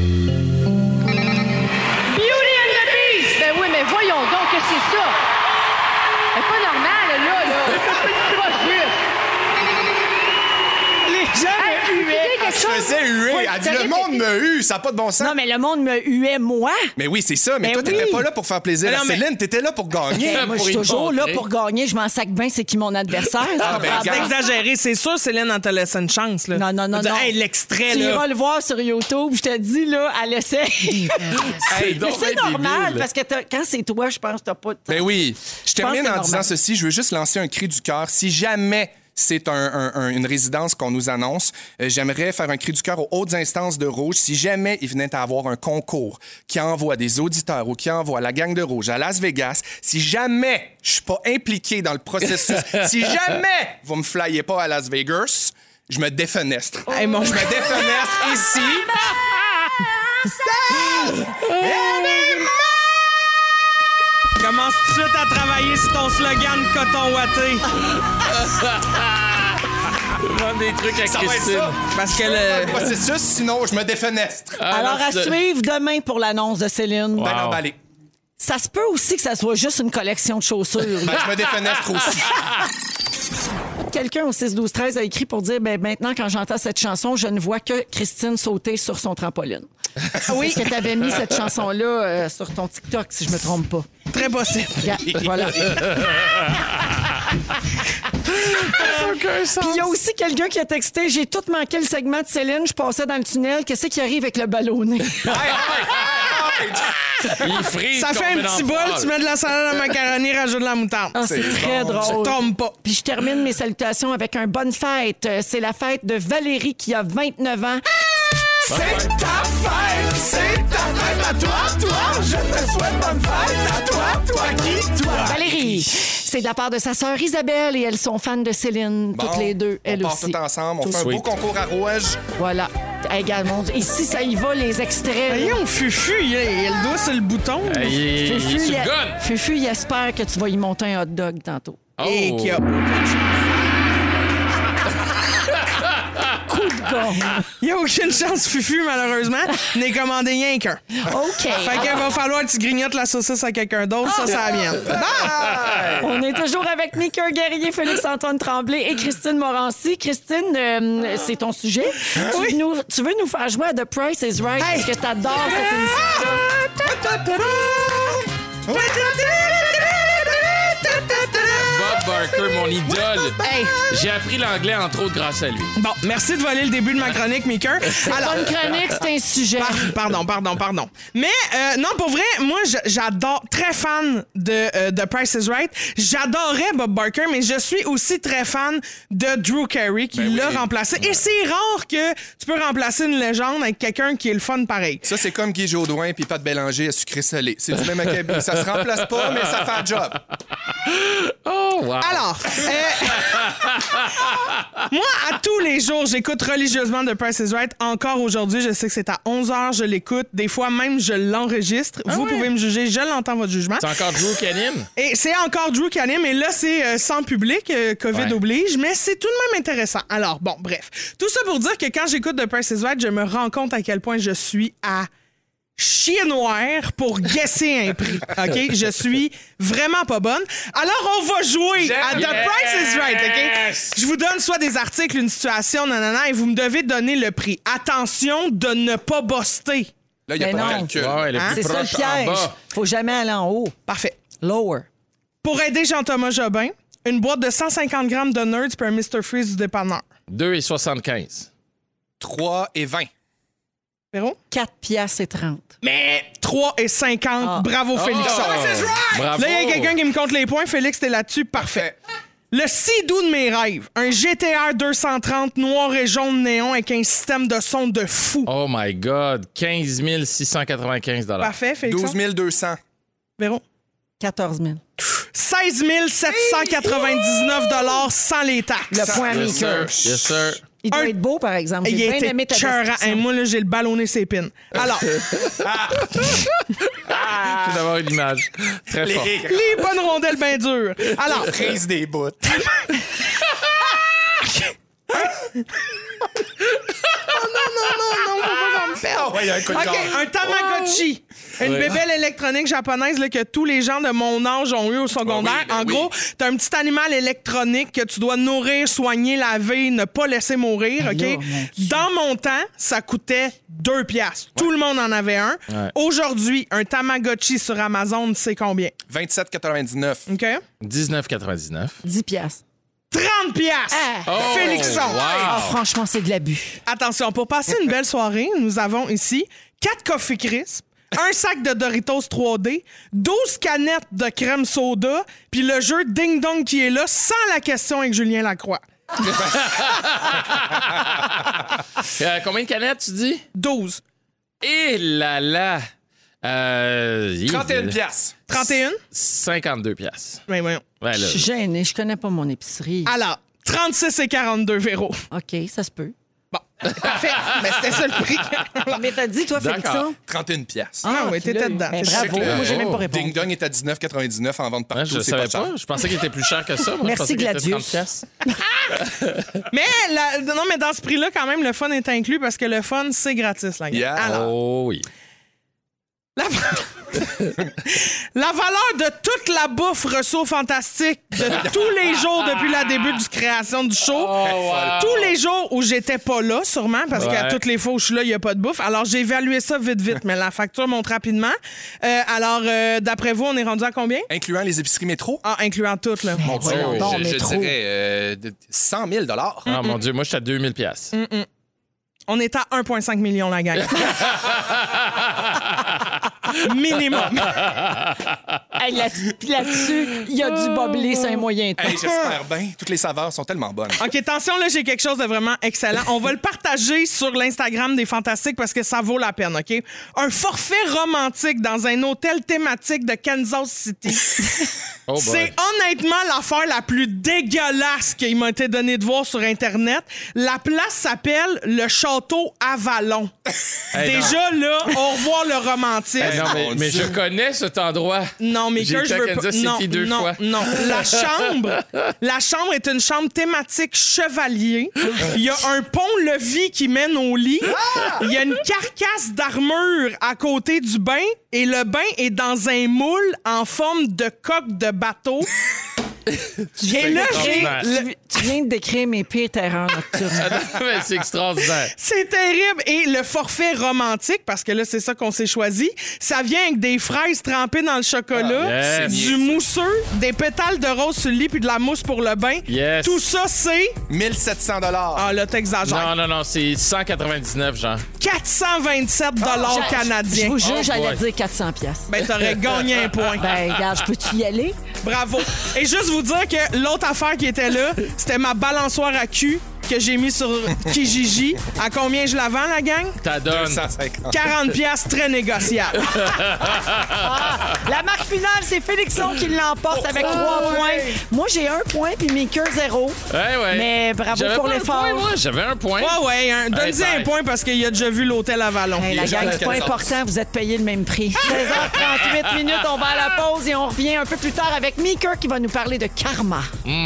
Beauty and the Beast! Ben oui, mais voyons donc que c'est ça! C'est pas normal, là! C'est pas juste! Les gens Hey, me huaient. écoutez quelque Je chose? faisais huer. Oui, Elle dit t'as le monde répété. me hue, ça n'a pas de bon sens. Non, mais le monde me huait, moi. Mais oui, c'est ça. Mais Ben toi, t'étais oui. pas là pour faire plaisir Non, à mais- Céline, t'étais là pour gagner. Moi, je Pour suis y toujours là montrer. pour gagner. Je m'en sac bien, c'est qui mon adversaire. Ah, ben, C'est regarde. exagéré. C'est sûr, Céline, en te laissant une chance. Là. Non. On dit, hey, l'extrait, Tu là. iras le voir sur YouTube. Je te dis, là, elle essaie. Hey, Mais donc c'est bien normal, débile. parce que quand c'est toi, je pense que t'as pas de temps. Ben oui. Je termine pense que en c'est disant normal. ceci. Je veux juste lancer un cri du cœur. Si jamais c'est une résidence qu'on nous annonce, j'aimerais faire un cri du cœur aux hautes instances de Rouge. Si jamais il venait à avoir un concours qui envoie des auditeurs ou qui envoie la gang de Rouge à Las Vegas, si jamais je suis pas impliqué dans le processus, si jamais vous me flyez pas à Las Vegas, je me défenestre. Hey, mon Je me défenestre ici. Commence tout de suite à travailler sur ton slogan de coton ouaté. Vendre des trucs à Ça va être Christine. ça. Parce que Le le... processus, sinon je me défenestre. Alors, à c'est- suivre demain pour l'annonce de Céline. Ben Wow. emballé. Ça se peut aussi que ça soit juste une collection de chaussures. Ben, je me défenestre aussi. Quelqu'un au 6-12-13 a écrit pour dire maintenant, quand j'entends cette chanson, je ne vois que Christine sauter sur son trampoline. Oui, que tu avais mis cette chanson-là sur ton TikTok, si je me trompe pas. Très possible. Voilà. Puis il y a aussi quelqu'un qui a texté j'ai tout manqué le segment de Céline, je passais dans le tunnel, qu'est-ce qui arrive avec le ballonné? Il frise Ça qu'on fait un met dans petit le bol, poêle. tu mets de la salade à macaroni, rajoute de la moutarde. Ah, c'est très Tu drôle. tombes pas. Puis je termine mes salutations avec un bonne fête. C'est la fête de Valérie qui a 29 ans. C'est ta fête à toi, je te souhaite bonne fête à toi, qui, toi. Valérie, C'est de la part de sa sœur Isabelle et elles sont fans de Céline, toutes les deux, elles on part aussi. tout ensemble, on fait un beau concours à rouage. Voilà. Également. Ici, ça y va, les extraits. Voyons, Fufu, il a le doigt sur le bouton. Il est sur le gun. Fufu, il espère que tu vas y monter un hot dog tantôt. Et qu'il y a aucune chance. Coup de gomme. Il n'y a aucune chance, Fufu, malheureusement. N'est commandé rien qu'un. OK. Fait qu'il va falloir que tu grignotes la saucisse à quelqu'un d'autre. Ça la mienne. Bye! On est toujours avec Mika Guerrier, Félix-Antoine Tremblay et Christine Morancy. Christine, c'est ton sujet. Oui. Tu veux nous faire jouer à The Price is Right parce que t'adores cette émission. Bob Barker, mon idole. Hey. J'ai appris l'anglais, entre autres, grâce à lui. Bon, merci de voler le début de ma chronique, Mika. C'est pas une chronique, c'est un sujet. Pardon. Mais non, pour vrai, moi, j'adore, très fan de The Price is Right. J'adorais Bob Barker, mais je suis aussi très fan de Drew Carey qui l'a remplacé. Et c'est rare que tu peux remplacer une légende avec quelqu'un qui est le fun pareil. Ça, c'est comme Guy Jodoin puis Pat Bélanger à sucré salé. C'est du même acabit. Ça se remplace pas, mais ça fait un job. Oh, wow. Alors, moi, à tous les jours, j'écoute religieusement The Price is Right. Encore aujourd'hui, je sais que c'est à 11h, je l'écoute. Des fois, même, je l'enregistre. Vous pouvez me juger, je l'entends, votre jugement. C'est encore Drew qui anime? Et c'est encore Drew qui anime, et là, c'est sans public, COVID oblige, mais c'est tout de même intéressant. Alors, bon, bref. Tout ça pour dire que quand j'écoute The Price is Right, je me rends compte à quel point je suis à chien noir pour guesser un prix. OK? Je suis vraiment pas bonne. Alors, on va jouer à The Price is Right, OK? Je vous donne soit des articles, une situation, nanana, et vous me devez donner le prix. Attention de ne pas buster. Là, il n'y a Mais pas de non. calcul. Ouais, le C'est plus ça le proche en piège. bas. Faut jamais aller en haut. Parfait. Lower. Pour aider Jean-Thomas Jobin, une boîte de 150 grammes de Nerds puis un Mr. Freeze du dépanneur. 2,75. 3 et 20. Véro? 4 piastres et 30. Mais 3,50. Ah. Bravo, Oh! Félix. Bravo. Là, il y a quelqu'un qui me compte les points. Félix, t'es là-dessus. Parfait. Le 6 d'août de mes rêves, un GTR 230 noir et jaune néon avec un système de son de fou. Oh my God. 15 695 $. Parfait, Félix. 12 200. Véro? 14 000. 16 799 sans les taxes. Le point à Yes, Mika. sir. Yes, sir. Il doit être beau, par exemple. Il J'ai bien était aimé ta écœurant. description. Hey, moi, là, j'ai le ballonné ses pins. Alors, Je vais d'avoir une image. Très fort. les bonnes rondelles bien dures. Alors, Prise des bouts. non, faut pas qu'on me perde. Ouais, il y a un coup de OK, gaz. un Tamagotchi. Une bébelle électronique japonaise là, que tous les gens de mon âge ont eu au secondaire. Ah oui, ben en gros, t'as un petit animal électronique que tu dois nourrir, soigner, laver, ne pas laisser mourir. OK? là, mon Dieu. Dans mon temps, ça coûtait 2 piastres. Tout le monde en avait un. Ouais. Aujourd'hui, un Tamagotchi sur Amazon, c'est combien? 27,99. OK? 19,99. 10 piastres. 30 piastres! Ah. Félixon! Ah, Wow. franchement, c'est de l'abus. Attention, pour passer une belle soirée, nous avons ici 4 Coffee Crisp, un sac de Doritos 3D, 12 canettes de crème soda, puis le jeu Ding Dong qui est là, sans la question avec Julien Lacroix. Combien de canettes, tu dis? 12. Et là là. 31 piastres. 31? 52 piastres. Mais voyons. Ouais, là. Je suis gênée, je connais pas mon épicerie. Alors, 36 et 42, Véro. OK, ça se peut. Bon, parfait. Mais c'était ça le prix. Mais t'as dit, toi, D'accord. Félixon? 31 piastres. Ah oui, tu t'étais l'as eu. dedans. Ben, Je bravo, sais que le- moi, j'ai même pas Oh, répondu. Ding Dong est à 19,99 en vente Ouais, partout. je c'est savais cher. pas. Je pensais qu'il était plus cher que ça. Moi, Merci, je pensais qu'il était Gladius. 30 piastres. Mais, non, mais dans ce prix-là, quand même, le fun est inclus parce que le fun, c'est gratis, la gang. Yeah. Alors, Oh oui. La valeur de toute la bouffe reçu fantastique de tous les jours depuis la début du création du show. Tous les jours où j'étais pas là, sûrement, parce qu'à Ouais. toutes les fois où je suis là, il n'y a pas de bouffe. Alors, j'ai évalué ça vite, mais la facture monte rapidement. Alors, d'après vous, on est rendu à combien? Incluant les épiceries métro. Ah, incluant toutes, là. Mon Dieu, voyons donc, je métro. dirais 100 000 Ah, mon Dieu, moi, je suis à 2000 piastres. On est à 1,5 million, la gang. Minimum. Hey, puis là-dessus, il y a du boblé sur un moyen temps. Hey, j'espère bien. Toutes les saveurs sont tellement bonnes. OK, attention, là, j'ai quelque chose de vraiment excellent. On va le partager sur l'Instagram des Fantastiques parce que ça vaut la peine, OK? Un forfait romantique dans un hôtel thématique de Kansas City. Oh boy. C'est honnêtement l'affaire la plus dégueulasse qu'il m'a été donné de voir sur Internet. La place s'appelle le Château Avalon. Hey, Déjà, là, au revoir le romantisme. Hey, non, mais je connais cet endroit. Non, mais J'ai que été je à veux Kansas pas. City Non, deux non, fois. non. La chambre est une chambre thématique chevalier. Il y a un pont-levis qui mène au lit. Il y a une carcasse d'armure à côté du bain et le bain est dans un moule en forme de coque de bateau. Et là, Tu viens de décrire mes pires terreurs nocturnes. Mais c'est extraordinaire. c'est terrible. Et le forfait romantique, parce que là, c'est ça qu'on s'est choisi, ça vient avec des fraises trempées dans le chocolat, Yes. du mousseux, des pétales de rose sur le lit puis de la mousse pour le bain. Yes. Tout ça, c'est... 1700 $. Ah, là, t'exagères. Non, c'est 199, genre. 427 canadiens. Je vous jure, Oh j'allais boy. dire 400 piastres. Ben, t'aurais gagné un point. Ben, regarde, je peux-tu y aller? Bravo. Et juste vous dire que l'autre affaire qui était là, c'était ma balançoire à cul que j'ai mis sur Kijiji. À combien je la vends, la gang? T'as donne. 250. 40 piastres, très négociable. La marque finale, c'est Félixon qui l'emporte avec 3 points. Moi, j'ai 1 point, puis Maker 0. Ouais. Mais bravo J'avais pour pas un l'effort. point, moi. J'avais un point. Ouais, donne-y Hey, un point parce qu'il a déjà vu l'hôtel Avalon. Hey, la Les gens gang, de c'est pas Kansas. important, vous êtes payés le même prix. 16h38 minutes, on va à la pause et on revient un peu plus tard avec Meeker qui va nous parler de karma.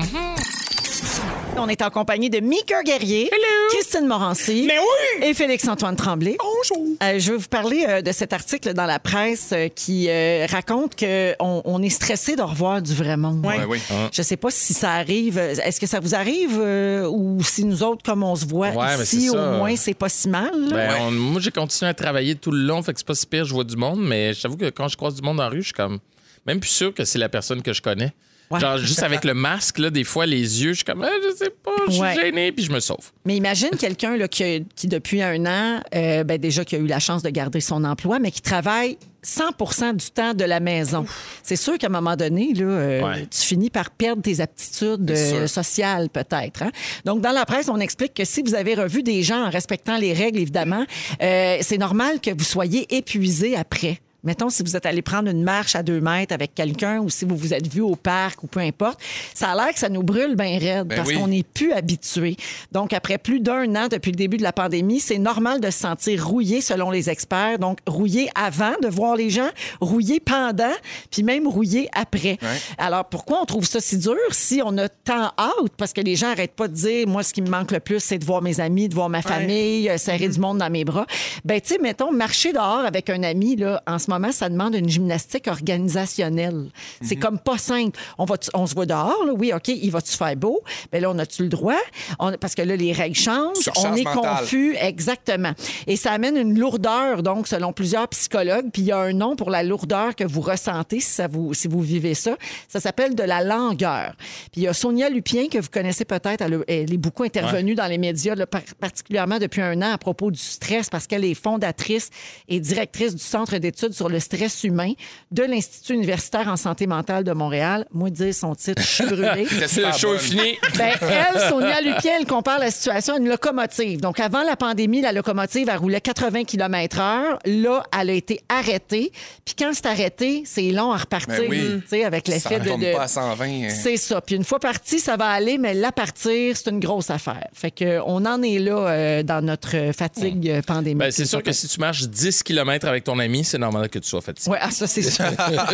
On est en compagnie de Meeker Guerrier, Christine Morancy Mais oui! et Félix-Antoine Tremblay. Bonjour. Je vais vous parler de cet article dans la presse qui raconte qu'on est stressé de revoir du vrai monde. Ouais. Oui. Je sais pas si ça arrive. Est-ce que ça vous arrive ou si nous autres, comme on se voit Ouais, mais ici, c'est au ça. moins, c'est pas si mal? là? Ben, moi, j'ai continué à travailler tout le long, fait que c'est pas si pire, je vois du monde, mais j'avoue que quand je croise du monde dans la rue, je suis comme même plus sûr que c'est la personne que je connais. Ouais. Genre, juste avec le masque, là, des fois, les yeux, je suis comme, je sais pas, je suis Ouais. gêné, puis je me sauve. Mais imagine quelqu'un là, qui, depuis 1 an, déjà qui a eu la chance de garder son emploi, mais qui travaille 100% du temps de la maison. C'est sûr qu'à un moment donné, là, Ouais. tu finis par perdre tes aptitudes C'est sûr. sociales, peut-être. Hein? Donc, dans la presse, on explique que si vous avez revu des gens en respectant les règles, évidemment, c'est normal que vous soyez épuisé après. Mettons, si vous êtes allé prendre une marche à 2 mètres avec quelqu'un ou si vous vous êtes vu au parc ou peu importe, ça a l'air que ça nous brûle bien raide parce oui. qu'on n'est plus habitué. Donc, après plus d'1 an depuis le début de la pandémie, c'est normal de se sentir rouillé selon les experts. Donc, rouillé avant de voir les gens, rouillé pendant, puis même rouillé après. Ouais. Alors, pourquoi on trouve ça si dur si on a tant hâte? Parce que les gens n'arrêtent pas de dire, moi, ce qui me manque le plus, c'est de voir mes amis, de voir ma famille, serrer du monde dans mes bras. Ben, tu sais, mettons, marcher dehors avec un ami, là, en ce moment, ça demande une gymnastique organisationnelle. C'est comme pas simple. On se voit dehors, là, oui, OK, il va-tu faire beau? Ben là, on a-tu le droit? Parce que là, les règles changent. Surcharge On est mentale. confus, exactement. Et ça amène une lourdeur, donc, selon plusieurs psychologues. Puis il y a un nom pour la lourdeur que vous ressentez si vous vivez ça. Ça s'appelle de la langueur. Puis il y a Sonia Lupien, que vous connaissez peut-être. Elle est beaucoup intervenue dans les médias, là, particulièrement depuis 1 an, à propos du stress, parce qu'elle est fondatrice et directrice du Centre d'études sur le stress humain de l'Institut universitaire en santé mentale de Montréal. Moi, dire son titre, je suis brûlée. C'est le show est fini. Ben, elle, Sonia Lupien, elle compare la situation à une locomotive. Donc, avant la pandémie, la locomotive, elle roulait 80 km/h. Là, elle a été arrêtée. Puis quand c'est arrêté, c'est long à repartir, Ben oui. tu sais, avec Ça l'effet ne de... tombe pas à 120. hein. C'est ça. Puis une fois parti, ça va aller, mais la partir, c'est une grosse affaire. Fait que on en est là dans notre fatigue pandémique. Ben, c'est sûr que si tu marches 10 km avec ton ami, c'est normal que tu sois fatigué. Oui, ça, c'est sûr.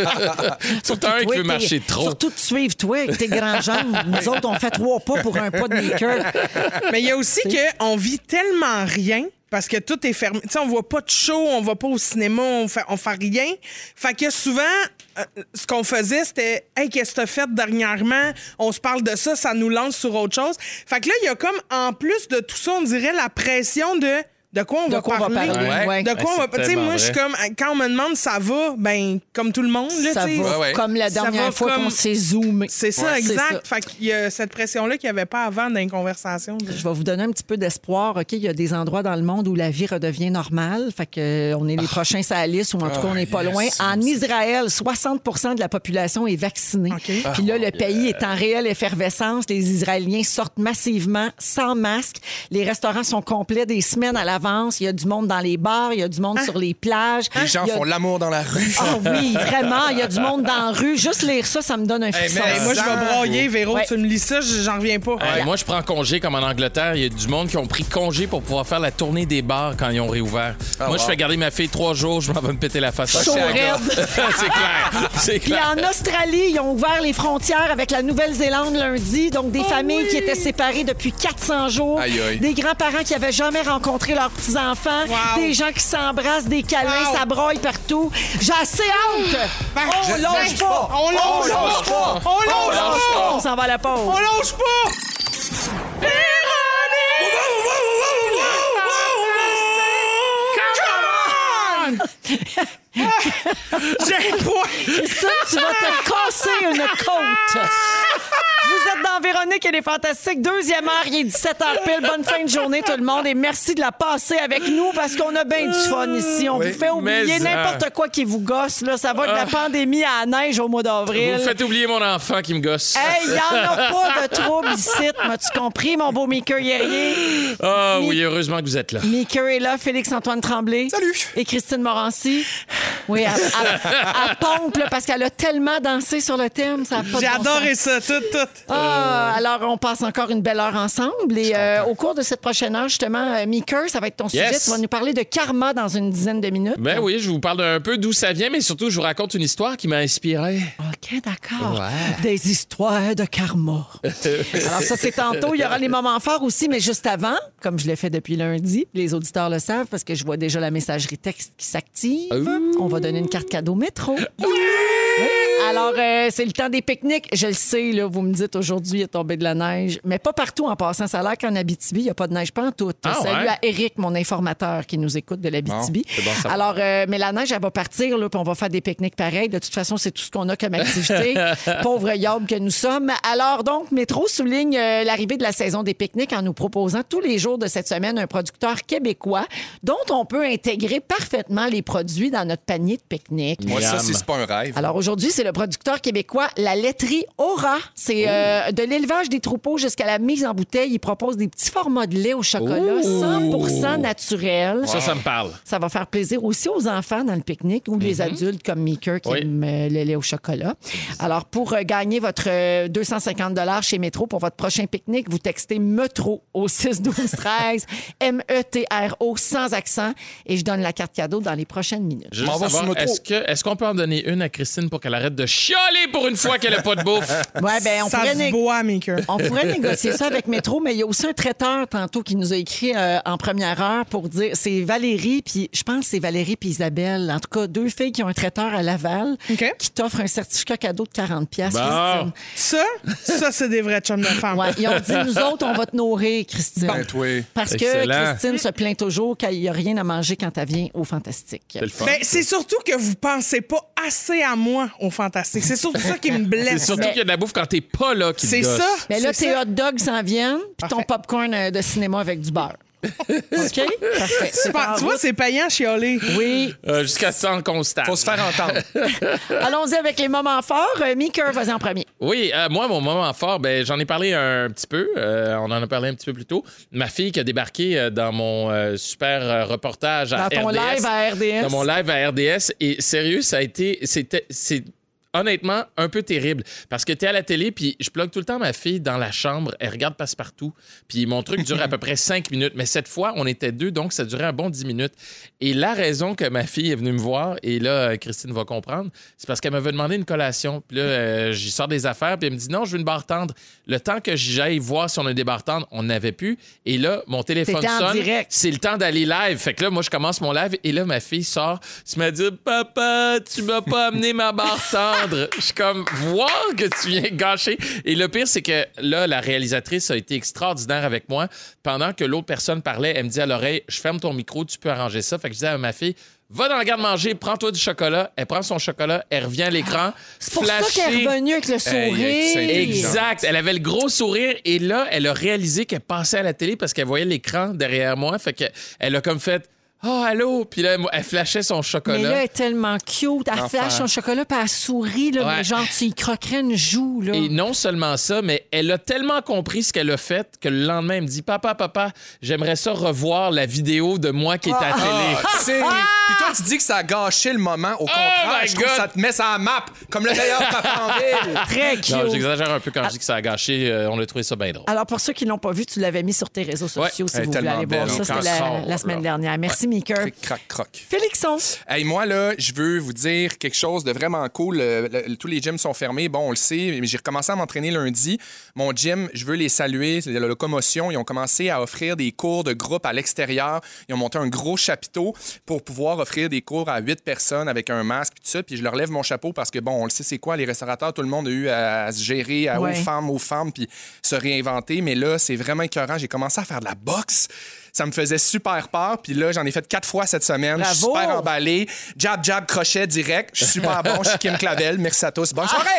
Surtout un qui Toi, veut marcher trop. Surtout de suivre toi avec tes grands jambes. Nous autres, on fait 3 pas pour un pas de Maker. Mais il y a aussi qu'on vit tellement rien parce que tout est fermé. Tu sais, on voit pas de show, on va pas au cinéma, on fait rien. Fait que souvent, ce qu'on faisait, c'était « Hey, qu'est-ce que t'as fait dernièrement? » On se parle de ça, ça nous lance sur autre chose. Fait que là, il y a comme, en plus de tout ça, on dirait la pression de de quoi on va parler. Ouais. De quoi on va... Tu sais, moi, je suis comme... Quand on me demande ça va, ben comme tout le monde, là, ça va comme la dernière fois qu'on s'est zoomé. C'est ça, exact. Fait qu'il y a cette pression-là qu'il n'y avait pas avant dans les conversations. Je vais vous donner un petit peu d'espoir. OK, il y a des endroits dans le monde où la vie redevient normale. Fait que on est les prochains sur la liste, ou en tout cas, on n'est pas loin. En Israël, 60 % de la population est vaccinée. Puis là, le pays est en réelle effervescence. Les Israéliens sortent massivement, sans masque. Les restaurants sont complets des semaines à l'avance. Il y a du monde dans les bars, il y a du monde sur les plages. Les gens font l'amour dans la rue. Ah oui, vraiment, il y a du monde dans la rue. Juste lire ça me donne un frisson. Moi, je vais brailler, Véro, tu me lis ça, j'en reviens pas. Moi, je prends congé comme en Angleterre. Il y a du monde qui ont pris congé pour pouvoir faire la tournée des bars quand ils ont réouvert. Moi, je fais garder ma fille 3 jours, je m'en vais me péter la face. Chaud raide. C'est clair. C'est Puis clair. en Australie, ils ont ouvert les frontières avec la Nouvelle-Zélande lundi. Donc, des familles qui étaient séparées depuis 400 jours. Aïe, aïe. Des grands-parents qui n'avaient jamais rencontré leurs petits-enfants. Des gens qui s'embrassent, des câlins, ça broille partout. J'ai assez hâte. On lâche pas. On lâche pas. On lâche pas. On s'en va à la pause. On lâche pas. J'ai un point. Ça, tu vas te casser une côte. Vous êtes dans Véronique et les Fantastiques. Deuxième heure, il est 17h pile. Bonne fin de journée, tout le monde. Et merci de la passer avec nous parce qu'on a bien du fun ici. On vous fait oublier n'importe quoi qui vous gosse. Là. Ça va de la pandémie à la neige au mois d'avril. Vous faites oublier mon enfant qui me gosse. Hey, il n'y en a pas de trouble ici. M'as-tu compris, mon beau Meeker Guerrier? Ah oui, heureusement que vous êtes là. Meeker est là, Félix-Antoine Tremblay. Salut. Et Christine Morancy. Oui, elle pompe là, parce qu'elle a tellement dansé sur le thème. Ça a pas J'ai de bon adoré sens. ça, tout. Alors, on passe encore une belle heure ensemble. Et au cours de cette prochaine heure, justement, Meeker, ça va être ton sujet. Tu vas nous parler de karma dans une dizaine de minutes. Ben oui, je vous parle un peu d'où ça vient, mais surtout, je vous raconte une histoire qui m'a inspiré. OK, d'accord. Des histoires de karma. Alors, ça, c'est tantôt. Il y aura les moments forts aussi, mais juste avant, comme je l'ai fait depuis lundi, les auditeurs le savent parce que je vois déjà la messagerie texte qui s'active. On va donner une carte cadeau métro. Oui. Alors, c'est le temps des pique-niques. Je le sais, là, vous me dites aujourd'hui, il est tombé de la neige, mais pas partout en passant. Ça a l'air qu'en Abitibi, il n'y a pas de neige pantoute. Salut à Eric, mon informateur qui nous écoute de l'Abitibi. Bon, alors, mais la neige, elle va partir, là, puis on va faire des pique-niques pareils. De toute façon, c'est tout ce qu'on a comme activité. Pauvre yob que nous sommes. Alors, donc, Métro souligne l'arrivée de la saison des pique-niques en nous proposant tous les jours de cette semaine un producteur québécois dont on peut intégrer parfaitement les produits dans notre panier de pique-nique. Moi, ça, c'est pas un rêve. Alors aujourd'hui, c'est le producteur québécois, la laiterie Aura. C'est de l'élevage des troupeaux jusqu'à la mise en bouteille. Il propose des petits formats de lait au chocolat 100% naturel. Ça me parle. Ça va faire plaisir aussi aux enfants dans le pique-nique ou les adultes comme Meeker qui aiment le lait au chocolat. Alors, pour gagner votre 250 $ chez Métro pour votre prochain pique-nique, vous textez METRO au 6-12-13, METRO sans accent, et je donne la carte cadeau dans les prochaines minutes. Je veux savoir, est-ce qu'on peut en donner une à Christine pour qu'elle arrête de chialer pour une fois qu'elle n'a pas de bouffe? Ouais, ben, on Ça pourrait se boit, Maker. On pourrait négocier ça avec Métro, mais il y a aussi un traiteur tantôt qui nous a écrit en première heure pour dire, c'est Valérie, puis je pense que c'est Valérie puis Isabelle, en tout cas 2 filles qui ont un traiteur à Laval qui t'offrent un certificat cadeau de 40$. Bon. Christine. Ça, c'est des vrais chums de femmes. Ouais, ils ont dit, nous autres, on va te nourrir, Christine. Parce que Excellent. Christine se plaint toujours qu'il n'y a rien à manger quand elle vient au Fantastique. C'est le fun. Ben, c'est surtout que vous pensez pas assez à moi au Fantastique. C'est surtout ça qui me C'est blesse. surtout qu'il y a de la bouffe quand t'es pas là qui te C'est gosse. ça. Mais là, C'est tes ça. hot dogs s'en viennent, puis ton popcorn de cinéma avec du beurre. OK? Parfait. C'est en Tu vois, route. c'est payant, chialer. Oui. Jusqu'à ce qu'on constate. Faut se faire entendre. Allons-y avec les moments forts. Meeker, vas-y en premier. Oui, moi, mon moment fort, ben, j'en ai parlé un petit peu. On en a parlé un petit peu plus tôt. Ma fille qui a débarqué dans mon super reportage à Dans ton RDS. live à RDS. Dans mon live à RDS. Et sérieux, c'est honnêtement un peu terrible. Parce que t'es à la télé, puis je bloque tout le temps ma fille dans la chambre. Elle regarde Passe-Partout. Puis mon truc dure à peu près 5 minutes. Mais cette fois, on était 2, donc ça durait un bon 10 minutes. Et la raison que ma fille est venue me voir, et là, Christine va comprendre, c'est parce qu'elle m'avait demandé une collation. Puis là, j'y sors des affaires, puis elle me dit non, je veux une barre tendre. Le temps que j'aille voir si on a des barres tendres, on n'avait plus. Et là, mon téléphone T'étais en sonne. direct. C'est le temps d'aller live. Fait que là, moi, je commence mon live, et là, ma fille sort. Tu m'as dit, papa, tu m'as pas amené ma barre tendre. vendre. Je suis comme, voir que tu viens gâcher. Et le pire, c'est que là, la réalisatrice a été extraordinaire avec moi. Pendant que l'autre personne parlait, elle me dit à l'oreille, je ferme ton micro, tu peux arranger ça. Fait que je disais à ma fille, va dans la garde-manger, prends-toi du chocolat. Elle prend son chocolat, elle revient à l'écran. C'est pour ça qu'elle est revenue avec le sourire. Exact. Elle avait le gros sourire et là, elle a réalisé qu'elle passait à la télé parce qu'elle voyait l'écran derrière moi. Fait qu'elle a comme fait... Oh, allô? Puis là, elle flashait son chocolat. Mais là, elle est tellement cute. Elle flash son chocolat, puis elle sourit, là, mais genre, tu y croquerais une joue, là. Et non seulement ça, mais elle a tellement compris ce qu'elle a fait que le lendemain, elle me dit, papa, j'aimerais ça revoir la vidéo de moi qui est à la télé. Puis toi, tu dis que ça a gâché le moment. Au contraire, je trouve que ça te met sur la map, comme le meilleur papa en ville. Très cute. Non, j'exagère un peu quand je dis que ça a gâché. On a trouvé ça bien drôle. Alors, pour ceux qui ne l'ont pas vu, tu l'avais mis sur tes réseaux sociaux, si vous voulez aller voir ça. C'était la semaine dernière. Merci, Mika. Croc. Félixon. Hey, moi, là, je veux vous dire quelque chose de vraiment cool. Tous les gyms sont fermés. Bon, on le sait, mais j'ai recommencé à m'entraîner lundi. Mon gym, je veux les saluer. C'est la locomotion. Ils ont commencé à offrir des cours de groupe à l'extérieur. Ils ont monté un gros chapiteau pour pouvoir offrir des cours à 8 personnes avec un masque et tout ça. Puis je leur lève mon chapeau parce que, bon, on le sait, c'est quoi, les restaurateurs, tout le monde a eu à se gérer aux femmes, puis se réinventer. Mais là, c'est vraiment écœurant. J'ai commencé à faire de la boxe. Ça me faisait super peur. Puis là, j'en ai fait 4 fois cette semaine. Bravo. Je suis super emballé. Jab, crochet, direct. Je suis super bon. Je suis Kim Clavel. Merci à tous. Bonne soirée!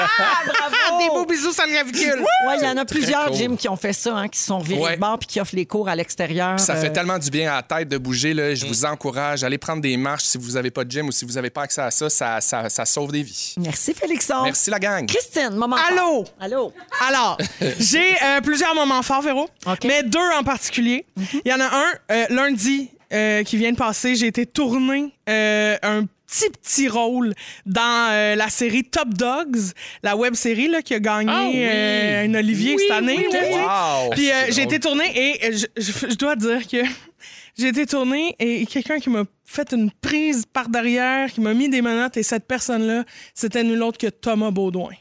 Bravo! Des beaux bisous sans le ravicule. Oui, il y en a plusieurs cool. gyms qui ont fait ça, qui se sont virés de bord puis qui offrent les cours à l'extérieur. Ça fait tellement du bien à la tête de bouger. Là. Je vous encourage. Allez prendre des marches si vous n'avez pas de gym ou si vous n'avez pas accès à ça. Ça sauve des vies. Merci, Félixon. Merci, la gang. Christine, moment Allô? fort. Allô? Alors, j'ai plusieurs moments forts, Véro, mais 2 en particulier. Il y en a un, lundi, qui vient de passer. J'ai été tourner un petit rôle dans la série Top Dogs, la web série là, qui a gagné un Olivier cette année. Wow. Puis j'ai été tourner et je dois dire que j'ai été tourner et quelqu'un qui m'a fait une prise par derrière, qui m'a mis des menottes et cette personne-là, c'était nul autre que Thomas Beaudoin.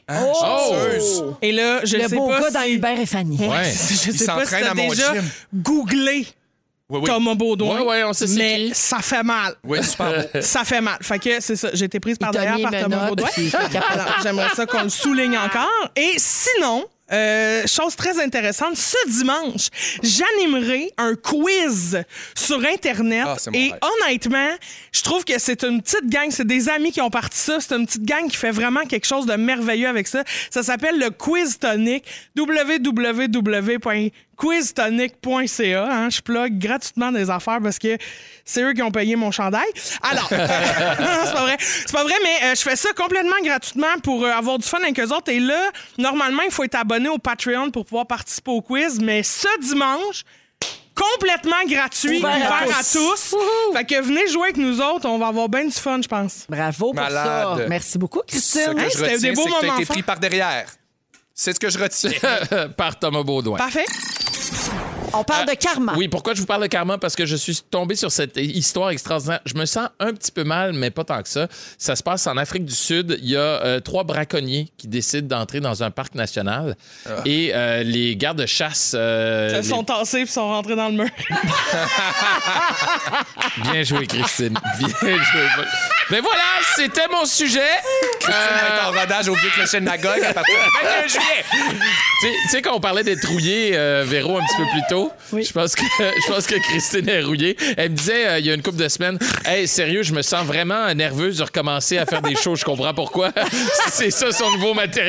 Et là, je le sais beau pas gars dans Hubert et Fanny. Je sais pas si s'entraîne t'as à mon déjà gym. googlé Thomas Beaudoin. Oui, on sait c'est mais qui. ça fait mal. Oui, super beau. Ça fait mal. Fait que c'est ça. J'ai été prise par Il t'a derrière mis par les Thomas menottes, Beaudoin. puis- Alors, j'aimerais ça qu'on le souligne encore. Et sinon, chose très intéressante, ce dimanche, j'animerai un quiz sur Internet. Ah, c'est mon et rêve. honnêtement, je trouve que c'est une petite gang, c'est des amis qui ont parti ça. C'est une petite gang qui fait vraiment quelque chose de merveilleux avec ça. Ça s'appelle le Quiz Tonic. www.quiztonic.ca. Hein, je plug gratuitement des affaires parce que c'est eux qui ont payé mon chandail. Alors, non, c'est pas vrai. C'est pas vrai, mais je fais ça complètement gratuitement pour avoir du fun avec eux autres. Et là, normalement, il faut être abonné au Patreon pour pouvoir participer au quiz. Mais ce dimanche, complètement gratuit, Ouvert à tous. Fait que venez jouer avec nous autres. On va avoir bien du fun, je pense. Bravo pour Malade. ça. Merci beaucoup, Ce Christine. que Hey, je c'était retiens, des beaux c'est que tu as moments été forts. pris par derrière. C'est ce que je retiens. Par Thomas Beaudoin. Parfait. On parle de karma. Oui, pourquoi je vous parle de karma? Parce que je suis tombé sur cette histoire extraordinaire. Je me sens un petit peu mal, mais pas tant que ça. Ça se passe en Afrique du Sud. Il y a 3 braconniers qui décident d'entrer dans un parc national. Et les gardes-chasse... Ils sont tassés et sont rentrés dans le mur. Bien joué, Christine. Bien joué. Mais voilà, c'était mon sujet. Tu vas être en rodage au vieux clocher de Magog à partir du 21 juillet. Tu sais, quand on parlait d'être rouillé, Véro, un petit peu plus tôt, je pense que Christine est rouillée. Elle me disait, il y a une couple de semaines, « Hey, sérieux, je me sens vraiment nerveuse de recommencer à faire des shows. Je comprends pourquoi. C'est ça, son nouveau matériel. »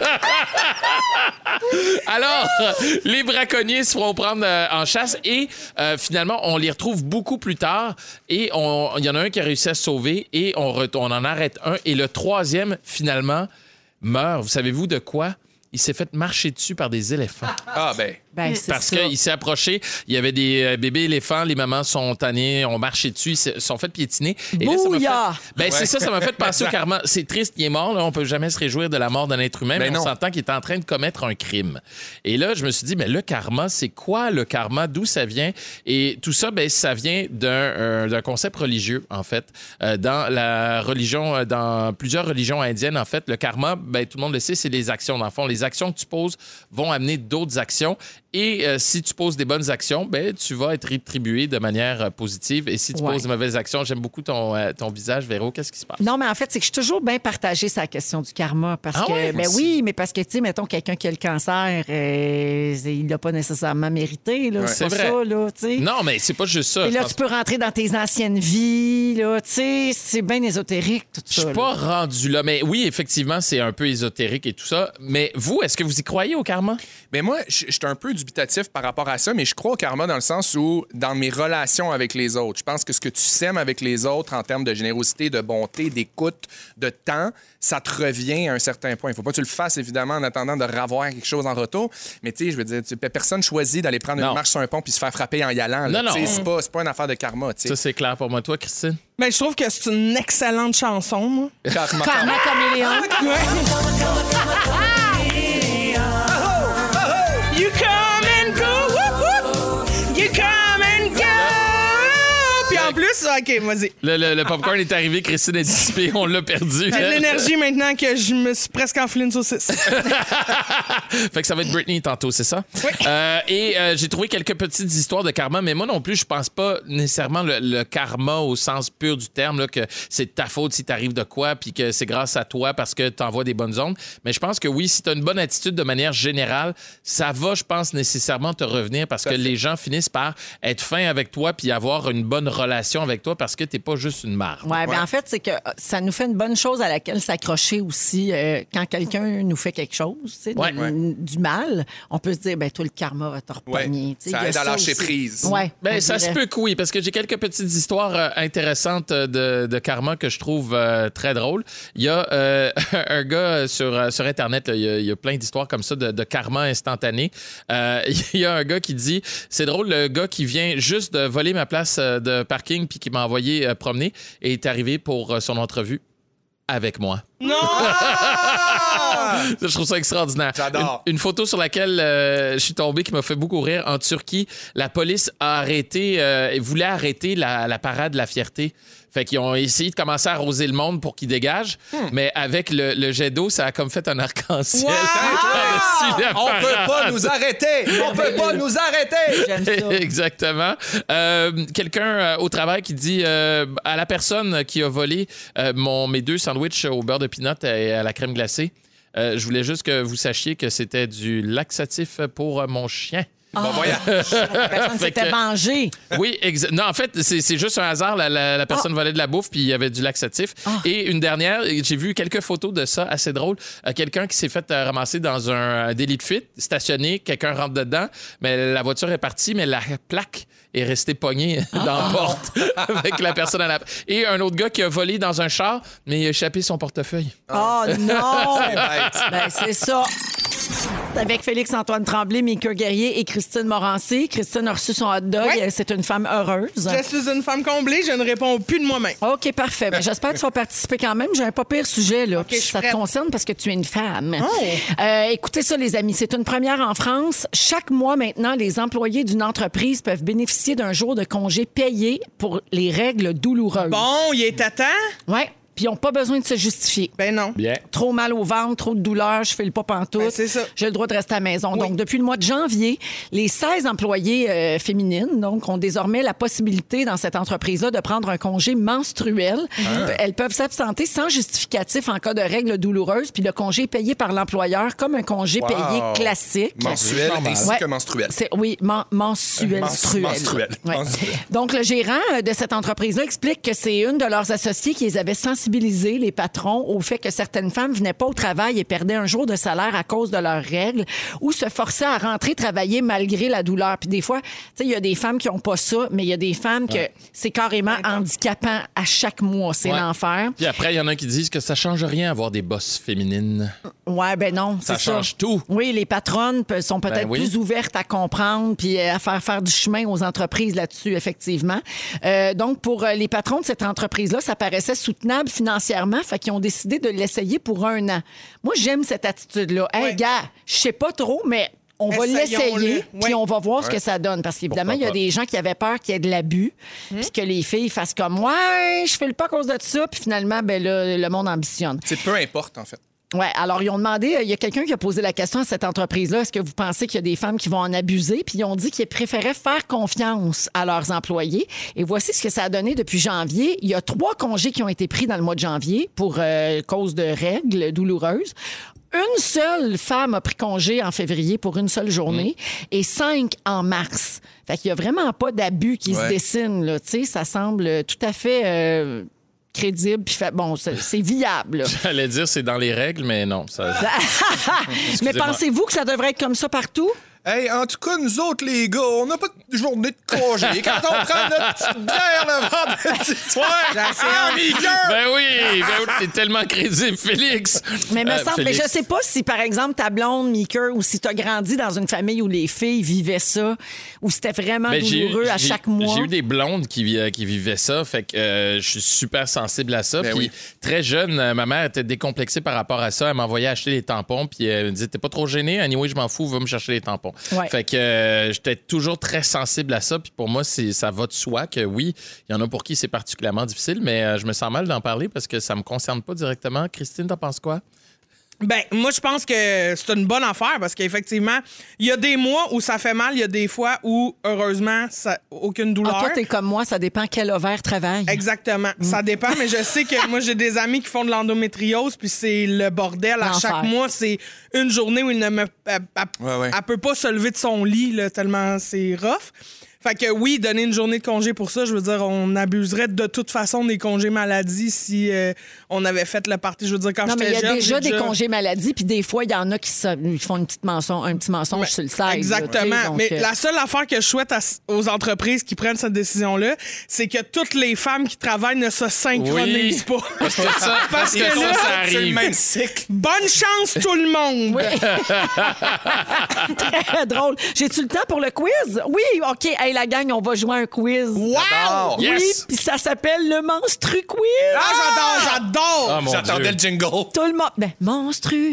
Alors, les braconniers se feront prendre en chasse et finalement, on les retrouve beaucoup plus tard et il y en a un qui a réussi à se sauver et on en arrête un et le 3e, finalement, meurt. Vous savez-vous de quoi? Il s'est fait marcher dessus par des éléphants. Ah, ben. Ben, c'est Parce ça. qu'il s'est approché, il y avait des bébés éléphants, les mamans sont tannées, ont marché dessus, ils se sont fait piétiner. Et là, ça m'a Bouillard! fait... c'est ça m'a fait penser au karma. C'est triste, il est mort, là, on peut jamais se réjouir de la mort d'un être humain, mais on s'entend qu'il est en train de commettre un crime. Et là, je me suis dit, mais le karma, c'est quoi le karma? D'où ça vient? Et tout ça, ça vient d'un concept religieux, en fait. Dans la religion, dans plusieurs religions indiennes, en fait, le karma, tout le monde le sait, c'est les actions. Dans le fond, les actions que tu poses vont amener d'autres actions. Et si tu poses des bonnes actions, ben, tu vas être rétribué de manière positive. Et si tu poses de mauvaises actions, j'aime beaucoup ton visage, Véro. Qu'est-ce qui se passe? Non, mais en fait, c'est que je suis toujours bien partagée sur la question du karma. Parce que, ouais? oui, mais parce que, tu sais, mettons, quelqu'un qui a le cancer, il l'a pas nécessairement mérité. Là, C'est pas vrai. ça, là, tu sais. Non, mais c'est pas juste ça. Et là, tu peux rentrer dans tes anciennes vies, là, tu sais, c'est bien ésotérique, tout Je ça. suis pas rendu là. Mais oui, effectivement, c'est un peu ésotérique et tout ça. Mais vous, est-ce que vous y croyez au karma? Mais moi, je suis un peu dubitatif par rapport à ça, mais je crois au karma dans le sens où, dans mes relations avec les autres, je pense que ce que tu sèmes avec les autres en termes de générosité, de bonté, d'écoute, de temps, ça te revient à un certain point. Il faut pas que tu le fasses, évidemment, en attendant de ravoir quelque chose en retour. Mais tu sais, je veux dire, personne choisit d'aller prendre une marche sur un pont puis se faire frapper en y allant. Là. Non. C'est pas une affaire de karma. T'sais. Ça, c'est clair pour moi. Toi, Christine? Ben, je trouve que c'est une excellente chanson, moi. Karma. Karma caméléon. You come and go, whoop, whoop. You come and go. Puis en plus, OK, vas-y. Le popcorn est arrivé, Christine est dissipée, on l'a perdu. J'ai de l'énergie maintenant que je me suis presque enflé une saucisse. Fait que ça va être Britney tantôt, c'est ça? Oui. J'ai trouvé quelques petites histoires de karma, mais moi non plus, je pense pas nécessairement le karma au sens pur du terme, là, que c'est de ta faute si t'arrives de quoi, puis que c'est grâce à toi parce que t'envoies des bonnes ondes. Mais je pense que oui, si t'as une bonne attitude de manière générale, ça va, je pense, nécessairement te revenir parce que les gens finissent par être fins avec toi puis avoir une bonne relation avec toi parce que t'es pas juste une marde. Oui, bien en fait, c'est que ça nous fait une bonne chose à laquelle s'accrocher aussi quand quelqu'un nous fait quelque chose, tu sais, du mal. On peut se dire, ben toi, le karma va te repogner. Ça aide à lâcher prise. Ouais, Ben, ça se peut que oui, parce que j'ai quelques petites histoires intéressantes de karma que je trouve très drôles. Il y a un gars sur Internet, il y a plein d'histoires comme ça de karma instantané. Il y a un gars qui dit, c'est drôle, le gars qui vient juste de voler ma place de parking puis qui m'a envoyé promener et est arrivé pour son entrevue avec moi. Non! Je trouve ça extraordinaire. J'adore. Une photo sur laquelle je suis tombé qui m'a fait beaucoup rire. En Turquie, la police a voulait arrêter la parade de la fierté. Fait qu'ils ont essayé de commencer à arroser le monde pour qu'il dégage, mais avec le jet d'eau, ça a comme fait un arc-en-ciel. Wow! Par-dessus la On parade. peut pas nous arrêter! On peut pas nous arrêter! J'aime ça. Exactement. Quelqu'un au travail qui dit à la personne qui a volé mes 2 sandwichs au beurre de pinot et à la crème glacée, je voulais juste que vous sachiez que c'était du laxatif pour mon chien. Bon voyage. La personne s'était vengée. Oui, non, en fait, c'est juste un hasard. La personne volait de la bouffe, puis il y avait du laxatif. Et une dernière, j'ai vu quelques photos de ça, assez drôle. Quelqu'un qui s'est fait ramasser dans un délit de fuite, stationné, quelqu'un rentre dedans, mais la voiture est partie, mais la plaque est restée pognée dans la porte avec la personne à la... Et un autre gars qui a volé dans un char, mais il a échappé son portefeuille. Oh non! C'est bête. Ben, c'est ça. Avec Félix-Antoine Tremblay, Mika Guerrier et Christine Morancy. Christine a reçu son hot dog. Ouais. C'est une femme heureuse. Je suis une femme comblée, je ne réponds plus de moi-même. OK, parfait. Ben, j'espère que tu vas participer quand même. J'ai un pas pire sujet, là. OK, je suis Ça te prête. concerne parce que tu es une femme. Oh. Écoutez ça, les amis. C'est une première en France. Chaque mois, maintenant, les employés d'une entreprise peuvent bénéficier d'un jour de congé payé pour les règles douloureuses. Bon, il est à temps? Ouais. Puis ils n'ont pas besoin de se justifier. Ben non. Bien. Trop mal au ventre, trop de douleur, je file pas pantoute. Ben, c'est ça. J'ai le droit de rester à la maison. Donc, depuis le mois de janvier, les 16 employées féminines ont désormais la possibilité dans cette entreprise-là de prendre un congé menstruel. Elles peuvent s'absenter sans justificatif en cas de règles douloureuses, puis le congé est payé par l'employeur comme un congé Wow. payé classique. Mensuel ainsi Ouais. que menstruel. Mensuel. Menstruel. Ouais. Menstruel. Donc, le gérant de cette entreprise-là explique que c'est une de leurs associés qui les avait sensibilisés, les patrons, au fait que certaines femmes venaient pas au travail et perdaient un jour de salaire à cause de leurs règles ou se forçaient à rentrer travailler malgré la douleur. Puis des fois, tu sais, il y a des femmes qui ont pas ça, mais il y a des femmes que c'est carrément handicapant à chaque mois. C'est l'enfer. Puis après, il y en a qui disent que ça change rien avoir des boss féminines. Ouais, ben non, c'est Ça ça. change tout. Oui, les patronnes sont peut-être oui. plus ouvertes à comprendre puis à faire du chemin aux entreprises là-dessus, effectivement. Donc, pour les patrons de cette entreprise-là, ça paraissait soutenable financièrement, fait qu'ils ont décidé de l'essayer pour 1 an. Moi, j'aime cette attitude-là. Hey, gars, je sais pas trop, mais on va Essayons-le. l'essayer, puis Oui. on va voir ce que ça donne. Parce qu'évidemment, il y a des gens qui avaient peur qu'il y ait de l'abus, puis que les filles fassent comme « Ouais, je file pas à cause de ça », puis finalement, ben là, le monde ambitionne. C'est peu importe, en fait. Ouais, alors ils ont demandé, il y a quelqu'un qui a posé la question à cette entreprise-là, est-ce que vous pensez qu'il y a des femmes qui vont en abuser? Puis ils ont dit qu'ils préféraient faire confiance à leurs employés. Et voici ce que ça a donné depuis janvier. Il y a 3 congés qui ont été pris dans le mois de janvier pour cause de règles douloureuses. Une seule femme a pris congé en février pour une seule journée et 5 en mars. Fait qu'il y a vraiment pas d'abus qui se dessinent, là. Tu sais, ça semble tout à fait... crédible, puis bon, c'est viable. J'allais dire c'est dans les règles, mais non. Mais pensez-vous que ça devrait être comme ça partout? Hey, en tout cas, nous autres, les gars, on n'a pas de journée de congé. Quand on prend notre petite bière le vendredi soir, Ben oui, t'es tellement crédible, Félix. Mais je sais pas si, par exemple, ta blonde, Meeker, ou si t'as grandi dans une famille où les filles vivaient ça, ou c'était vraiment douloureux à chaque mois. J'ai eu des blondes qui vivaient ça, fait que je suis super sensible à ça. Puis très jeune, ma mère était décomplexée par rapport à ça. Elle m'envoyait acheter les tampons, puis elle me disait, t'es pas trop gêné? Anyway, je m'en fous, va me chercher les tampons. Ouais. Fait que j'étais toujours très sensible à ça. Puis pour moi, ça va de soi que oui, il y en a pour qui c'est particulièrement difficile, mais je me sens mal d'en parler parce que ça me concerne pas directement. Christine, t'en penses quoi? Ben, moi, je pense que c'est une bonne affaire parce qu'effectivement, il y a des mois où ça fait mal, il y a des fois où, heureusement, aucune douleur. Toi, t'es comme moi, ça dépend quel ovaire travaille. Exactement. Ça dépend, mais je sais que moi, j'ai des amis qui font de l'endométriose, puis c'est le bordel. À chaque mois, c'est une journée où elle peut pas se lever de son lit, là, tellement c'est rough. Fait que oui, donner une journée de congé pour ça, je veux dire, on abuserait de toute façon des congés maladie si on avait fait le party. Je veux dire, quand j'étais jeune... Non, mais il y a déjà des congés maladie, puis des fois, il y en a qui font un petit mensonge sur le site. Exactement. Là, donc, mais la seule affaire que je souhaite aux entreprises qui prennent cette décision-là, c'est que toutes les femmes qui travaillent ne se synchronisent pas. C'est ça. Parce que là, ça arrive. c'est le même cycle. Bonne chance tout le monde! Oui. Très drôle. J'ai-tu le temps pour le quiz? Oui, OK. Hey, la gang, on va jouer à un quiz. Wow! Oui, Yes! puis ça s'appelle le Monstru Quiz. Ah, j'adore! Ah, mon J'attendais Dieu. le jingle. Tout le monde. Ben, Monstru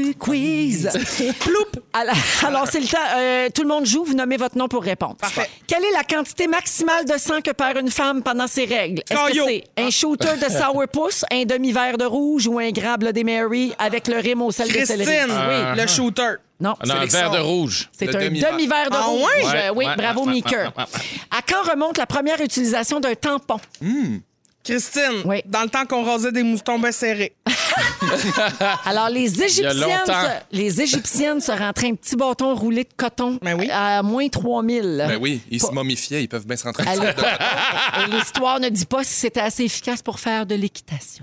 Quiz. Ploup. Alors, c'est le temps. Tout le monde joue. Vous nommez votre nom pour répondre. Parfait. Quelle est la quantité maximale de sang que perd une femme pendant ses règles? Est-ce que Caillot. c'est un shooter de sourpuss, un demi-verre de rouge ou un grand Bloody Mary avec le rime au sel de céleri? Christine, Oui. le shooter. Non, Non, un verre de rouge. c'est Le un demi-verre. demi-verre de Ah rouge. ouais? Oui, Ouais, bravo, ouais, Meeker. ouais. À quand remonte la première utilisation d'un tampon? Christine, Oui. dans le temps qu'on rasait des moustons bien serrés. Alors, les longtemps. Égyptiennes se rentraient un petit bâton roulé de coton Ben oui. à moins 3000. Ben oui, ils se momifiaient, ils peuvent bien se rentrer À dedans. l'époque. Et l'histoire ne dit pas si c'était assez efficace pour faire de l'équitation.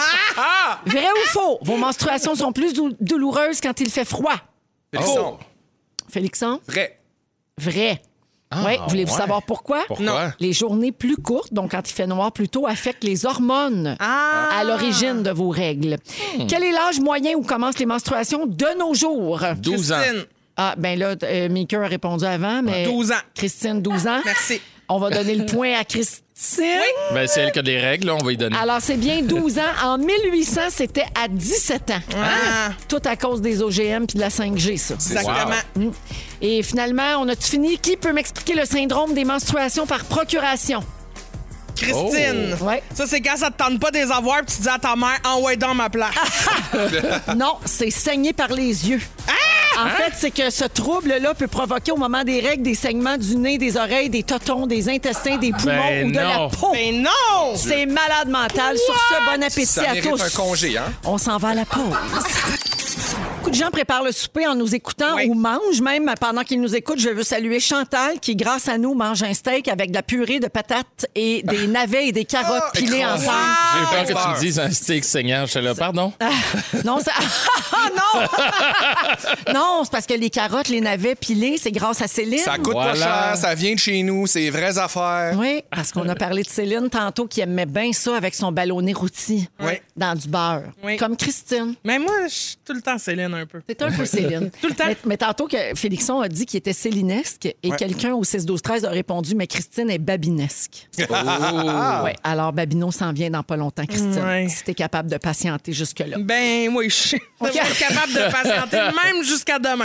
Vrai ou faux? Vos menstruations sont plus douloureuses quand il fait froid. Félixon. Félixon? Vrai. Vrai. Ah, Oui. Voulez-vous ouais. savoir pourquoi? Pourquoi? Les journées plus courtes, donc quand il fait noir plus tôt, affectent les hormones à l'origine de vos règles. Quel est l'âge moyen où commencent les menstruations de nos jours? 12 ans. Christine, Ah, ben là, Meeker a répondu avant, mais... 12 ans. Christine, 12 ans. Merci. On va donner le point à Christine. Ben, c'est elle qui a des règles, là, on va y donner. Alors, c'est bien 12 ans. En 1800, c'était à 17 ans. Ah, Tout à cause des OGM puis de la 5G, ça. exactement. Et finalement, on a-tu fini? Qui peut m'expliquer le syndrome des menstruations par procuration? Christine, Ouais. ça, c'est quand ça te tente pas des avoirs puis tu dis à ta mère, envoie dans ma place. Non, c'est saigner par les yeux. En fait, c'est que ce trouble-là peut provoquer au moment des règles des saignements du nez, des oreilles, des totons, des intestins, des poumons Ben ou de la non. peau. Mais non! C'est malade mental. Sur ce, bon appétit Ça à mérite tous. un congé, hein? On s'en va à la pause. Beaucoup de gens préparent le souper en nous écoutant Oui. ou mangent même pendant qu'ils nous écoutent. Je veux saluer Chantal qui, grâce à nous, mange un steak avec de la purée de patates et des navets et des carottes pilées écrasé. ensemble. J'ai peur que tu me dises un steak seigneur. Je suis là, pardon? Non, ça... non! Non, c'est parce que les carottes, les navets pilés, c'est grâce à Céline. Ça coûte pas Voilà. cher, ça vient de chez nous, c'est vraies affaires. Oui, parce qu'on a parlé de Céline tantôt qui aimait bien ça avec son ballonné rôti Oui. dans du beurre. Oui. Comme Christine. Mais moi, je suis tout le temps Céline un peu. C'est un peu Céline. Tout le temps. Mais tantôt que Félixon a dit qu'il était célinesque et quelqu'un au 6-12-13 a répondu, mais Christine est babinesque. Ouais, alors Babino s'en vient dans pas longtemps, Christine. Ouais. Si t'es capable de patienter jusque-là. Ben oui, je suis capable de patienter même jusqu'à demain.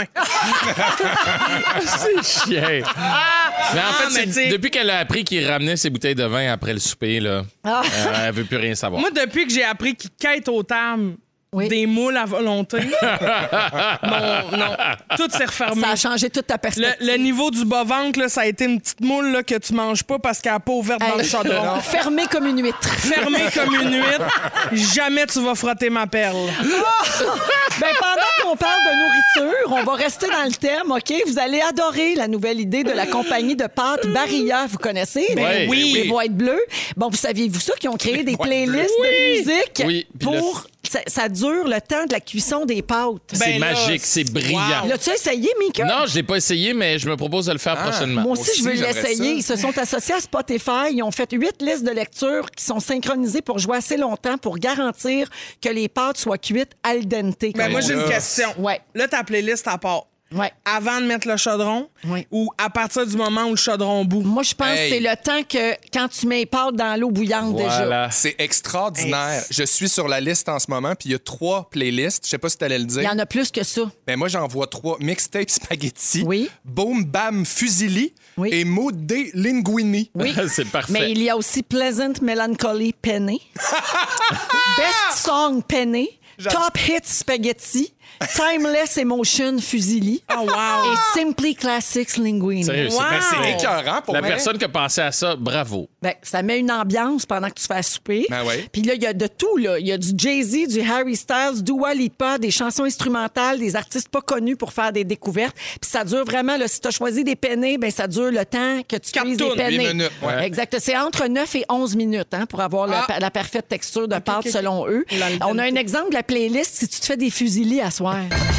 C'est chien. Mais en fait, mais c'est t'sais- depuis qu'elle a appris qu'il ramenait ses bouteilles de vin après le souper, là, elle veut plus rien savoir. Moi, depuis que j'ai appris qu'il quête au terme, des moules à volonté. non. Tout s'est refermé. Ça a changé toute ta perspective. Le niveau du bas-ventre, là, ça a été une petite moule là, que tu manges pas parce qu'elle n'a pas ouverte dans le chaudron. Fermé comme une huître. Fermé comme une huître. Jamais tu vas frotter ma perle. Ben, pendant qu'on parle de nourriture, on va rester dans le thème, OK? Vous allez adorer la nouvelle idée de la compagnie de pâtes Barilla. Vous connaissez? Ben oui. Les boîtes bleues. Bon, vous saviez-vous ça? Qui ont créé des playlists de musique pour... Ça dure le temps de la cuisson des pâtes. C'est magique, c'est brillant. Wow. L'as-tu essayé, Mika? Non, je l'ai pas essayé, mais je me propose de le faire prochainement. Moi aussi, je veux j'aimerais l'essayer. ça. Ils se sont associés à Spotify. Ils ont fait 8 listes de lecture qui sont synchronisées pour jouer assez longtemps pour garantir que les pâtes soient cuites al dente. Ben, moi, j'ai une question. Ouais. Là, ta playlist à part. Ouais. Avant de mettre le chaudron Oui. ou à partir du moment où le chaudron bout? Moi, je pense que c'est le temps que quand tu mets les pâtes dans l'eau bouillante déjà. Voilà. C'est extraordinaire. Je suis sur la liste en ce moment, puis il y a 3 playlists. Je sais pas si tu allais le dire. Il y en a plus que ça. Ben moi, j'en vois 3. Mixtape Spaghetti, Oui. Boom Bam Fusilli Oui. et Mode Linguini. Oui. C'est parfait. Mais il y a aussi Pleasant Melancholy Penny. Best Song Penny. Top Hits Spaghetti. Timeless Emotion Fusilli. Oh, wow! Et Simply Classics Linguini. Sérieux, Wow. Ben, c'est écœurant pour La vrai. personne qui a pensé à ça, bravo. Ben, ça met une ambiance pendant que tu fais souper. Ben oui. Puis là, il y a de tout. Là. Il y a du Jay-Z, du Harry Styles, Dua Lipa, des chansons instrumentales, des artistes pas connus pour faire des découvertes. Puis ça dure vraiment, là, si tu as choisi des pennés, ben ça dure le temps que tu cuises des Cartoon, pennés. 8 minutes, ouais. Exact. C'est entre 9 et 11 minutes pour avoir la parfaite texture de pâte selon eux. On a un exemple de la playlist si tu te fais des fusillis à soir.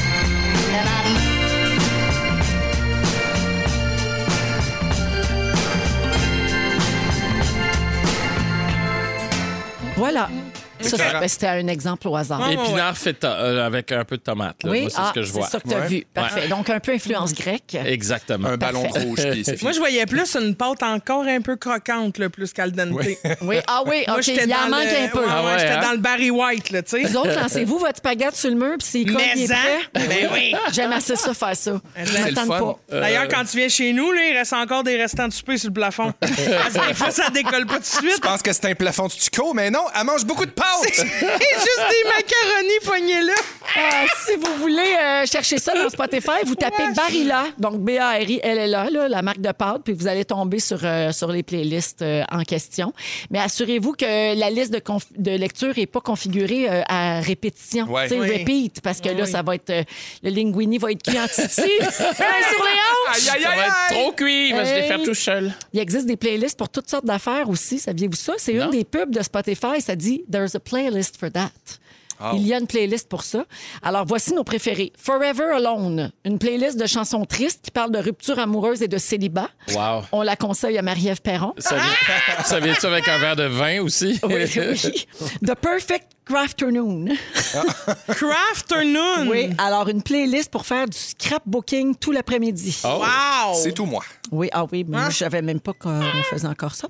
Voilà. Ça, c'était un exemple au hasard. Épinard fait avec un peu de tomate. Là. Oui, Moi, c'est ce que je vois. c'est ça que tu as Ouais. vu. Parfait. Donc, un peu influence grecque. Exactement. Un ballon Parfait. rouge, puis c'est fini. Moi, je voyais plus une pâte encore un peu croquante, là, plus qu'al dente. Oui, ah oui, Moi, OK, j'étais il en dans manque le... un peu. Ouais, Ah ouais, j'étais hein? dans le Barry White, là, tu sais. Vous autres, lancez-vous votre spaghetti sur le mur, puis c'est comme il est prêt. Ben oui. J'aime assez ça, faire ça. Je C'est le m'attends fun. pas. D'ailleurs, quand tu viens chez nous, là, il reste encore des restants de souper sur le plafond. Parce que des fois, ça décolle pas tout de suite. Je pense que c'est un plafond de Tuco, mais non, elle mange beaucoup de pâtes. Juste des macaronis pognés là. Si vous voulez chercher ça dans Spotify, vous tapez Barilla, donc B-A-R-I-L-L-A, là, la marque de pâtes, puis vous allez tomber sur les playlists en question. Mais assurez-vous que la liste de lecture n'est pas configurée à répétition. Ouais. Tu sais, Oui. repeat, parce que là, Oui. ça va être... le linguini va être cuit en titi, sur les hanches. Aïe, aïe, Ça aïe, va être aïe. trop cuit, il va se les faire tout seul. Il existe des playlists pour toutes sortes d'affaires aussi. Saviez-vous ça? C'est Non. une des pubs de Spotify. Ça dit « There's a playlist for that ». Il y a une playlist pour ça. Alors, voici nos préférés. Forever Alone, une playlist de chansons tristes qui parle de rupture amoureuse et de célibat. Wow. On la conseille à Marie-Ève Perron. Ça vient-tu avec un verre de vin aussi? Oui. The Perfect Crafternoon. Crafternoon. Oui, alors une playlist pour faire du scrapbooking tout l'après-midi. Oh. Wow. C'est tout moi. Oui, ah oui, mais moi, je savais même pas qu'on faisait encore ça.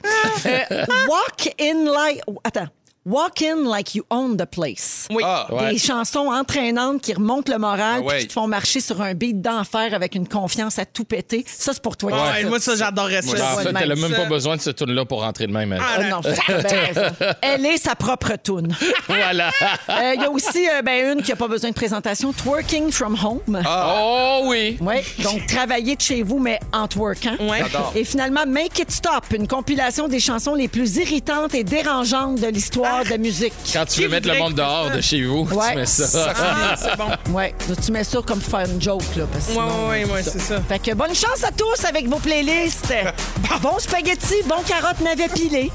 Walk in like... oh, attends. Walk in like you own the place. Oui. Ah, Ouais. Des chansons entraînantes qui remontent le moral Ah ouais. puis qui te font marcher sur un beat d'enfer avec une confiance à tout péter. Ça, c'est pour toi. qui Ouais, fais ça. moi, ça, j'adorais ça. Ben, en Ouais, fait, même elle a même ça. pas besoin de ce tune-là pour rentrer de même. Elle. Ah non, t'as bien raison. Elle est sa propre toune. Voilà. Il y a aussi une qui n'a pas besoin de présentation, Twerking from Home. Oh oui. Oui, donc travailler de chez vous, mais en twerkant. Ouais. J'adore. Et finalement, Make It Stop, une compilation des chansons les plus irritantes et dérangeantes de l'histoire de la musique. Quand tu veux mettre le monde dehors de chez vous, Ouais. tu mets ça. Ah, c'est bon. Ouais, tu mets ça comme pour faire une joke, là. Parce que sinon, Ouais, c'est ça. Fait que bonne chance à tous avec vos playlists. Bon spaghetti, bon carotte navet pilé.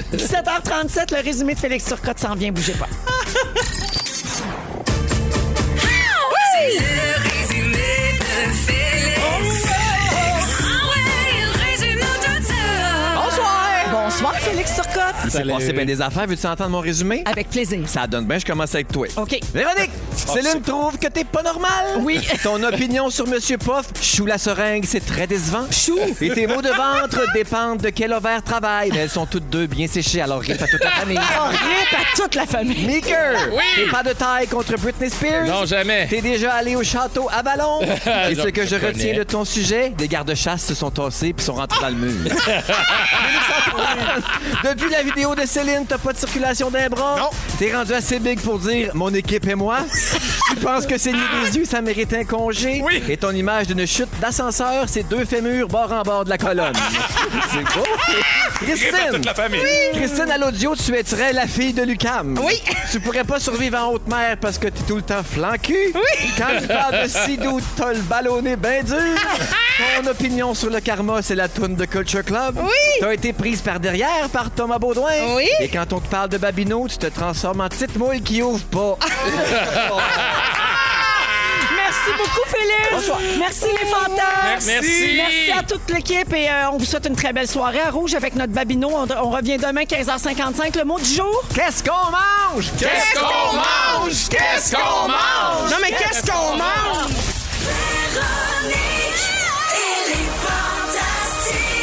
17h37, le résumé de Félix Turcotte s'en vient, bougez pas. C'est le résumé de Félix. Ah ouais, résume-nous tout ça. Bonsoir, Félix Turcotte. Il s'est passé bien des affaires. Veux-tu entendre mon résumé? Avec plaisir. Ça donne bien, je commence avec toi. OK. Véronique, Céline trouve que t'es pas normal. Oui. Ton opinion sur Monsieur Poff, chou la seringue, c'est très décevant. Chou. Et tes mots de ventre dépendent de quel ovaire travaille. Mais elles sont toutes deux bien séchées, alors rip à toute la famille. Oh, rip à toute la famille. Meeker. Oui. T'es pas de taille contre Britney Spears. Non, jamais. T'es déjà allé au château à Ballon. Et ce que je connais. retiens de ton sujet, des gardes-chasse se sont tassés puis sont rentrés dans le mur. Depuis la vidéo de Céline, t'as pas de circulation d'un bras. Non. T'es rendu assez big pour dire « Mon équipe et moi ». Tu penses que saigner des yeux, ça mérite un congé. Oui. Et ton image d'une chute d'ascenseur, c'est 2 fémurs bord en bord de la colonne. C'est beau. Christine. Toute la famille. Christine, à l'audio, tu es très la fille de Lucam. Oui. Tu pourrais pas survivre en haute mer parce que t'es tout le temps flancu. Oui. Quand tu parles de Sidou, t'as le ballonné bien dur. Ton opinion sur le karma, c'est la toune de Culture Club. Oui. T'as été prise par derrière par Thomas Baudouin. Oui. Et quand on te parle de Babino, tu te transformes en petite moule qui ouvre pas. Merci beaucoup, Félix. Bonsoir. Merci, les fantasmes. Merci. Merci à toute l'équipe et on vous souhaite une très belle soirée à Rouge avec notre Babino. On revient demain, 15h55. Le mot du jour? Qu'est-ce qu'on mange? Qu'est-ce qu'on mange? Qu'est-ce qu'on mange? Non, mais qu'est-ce qu'on mange? Véronique, elle est fantastique.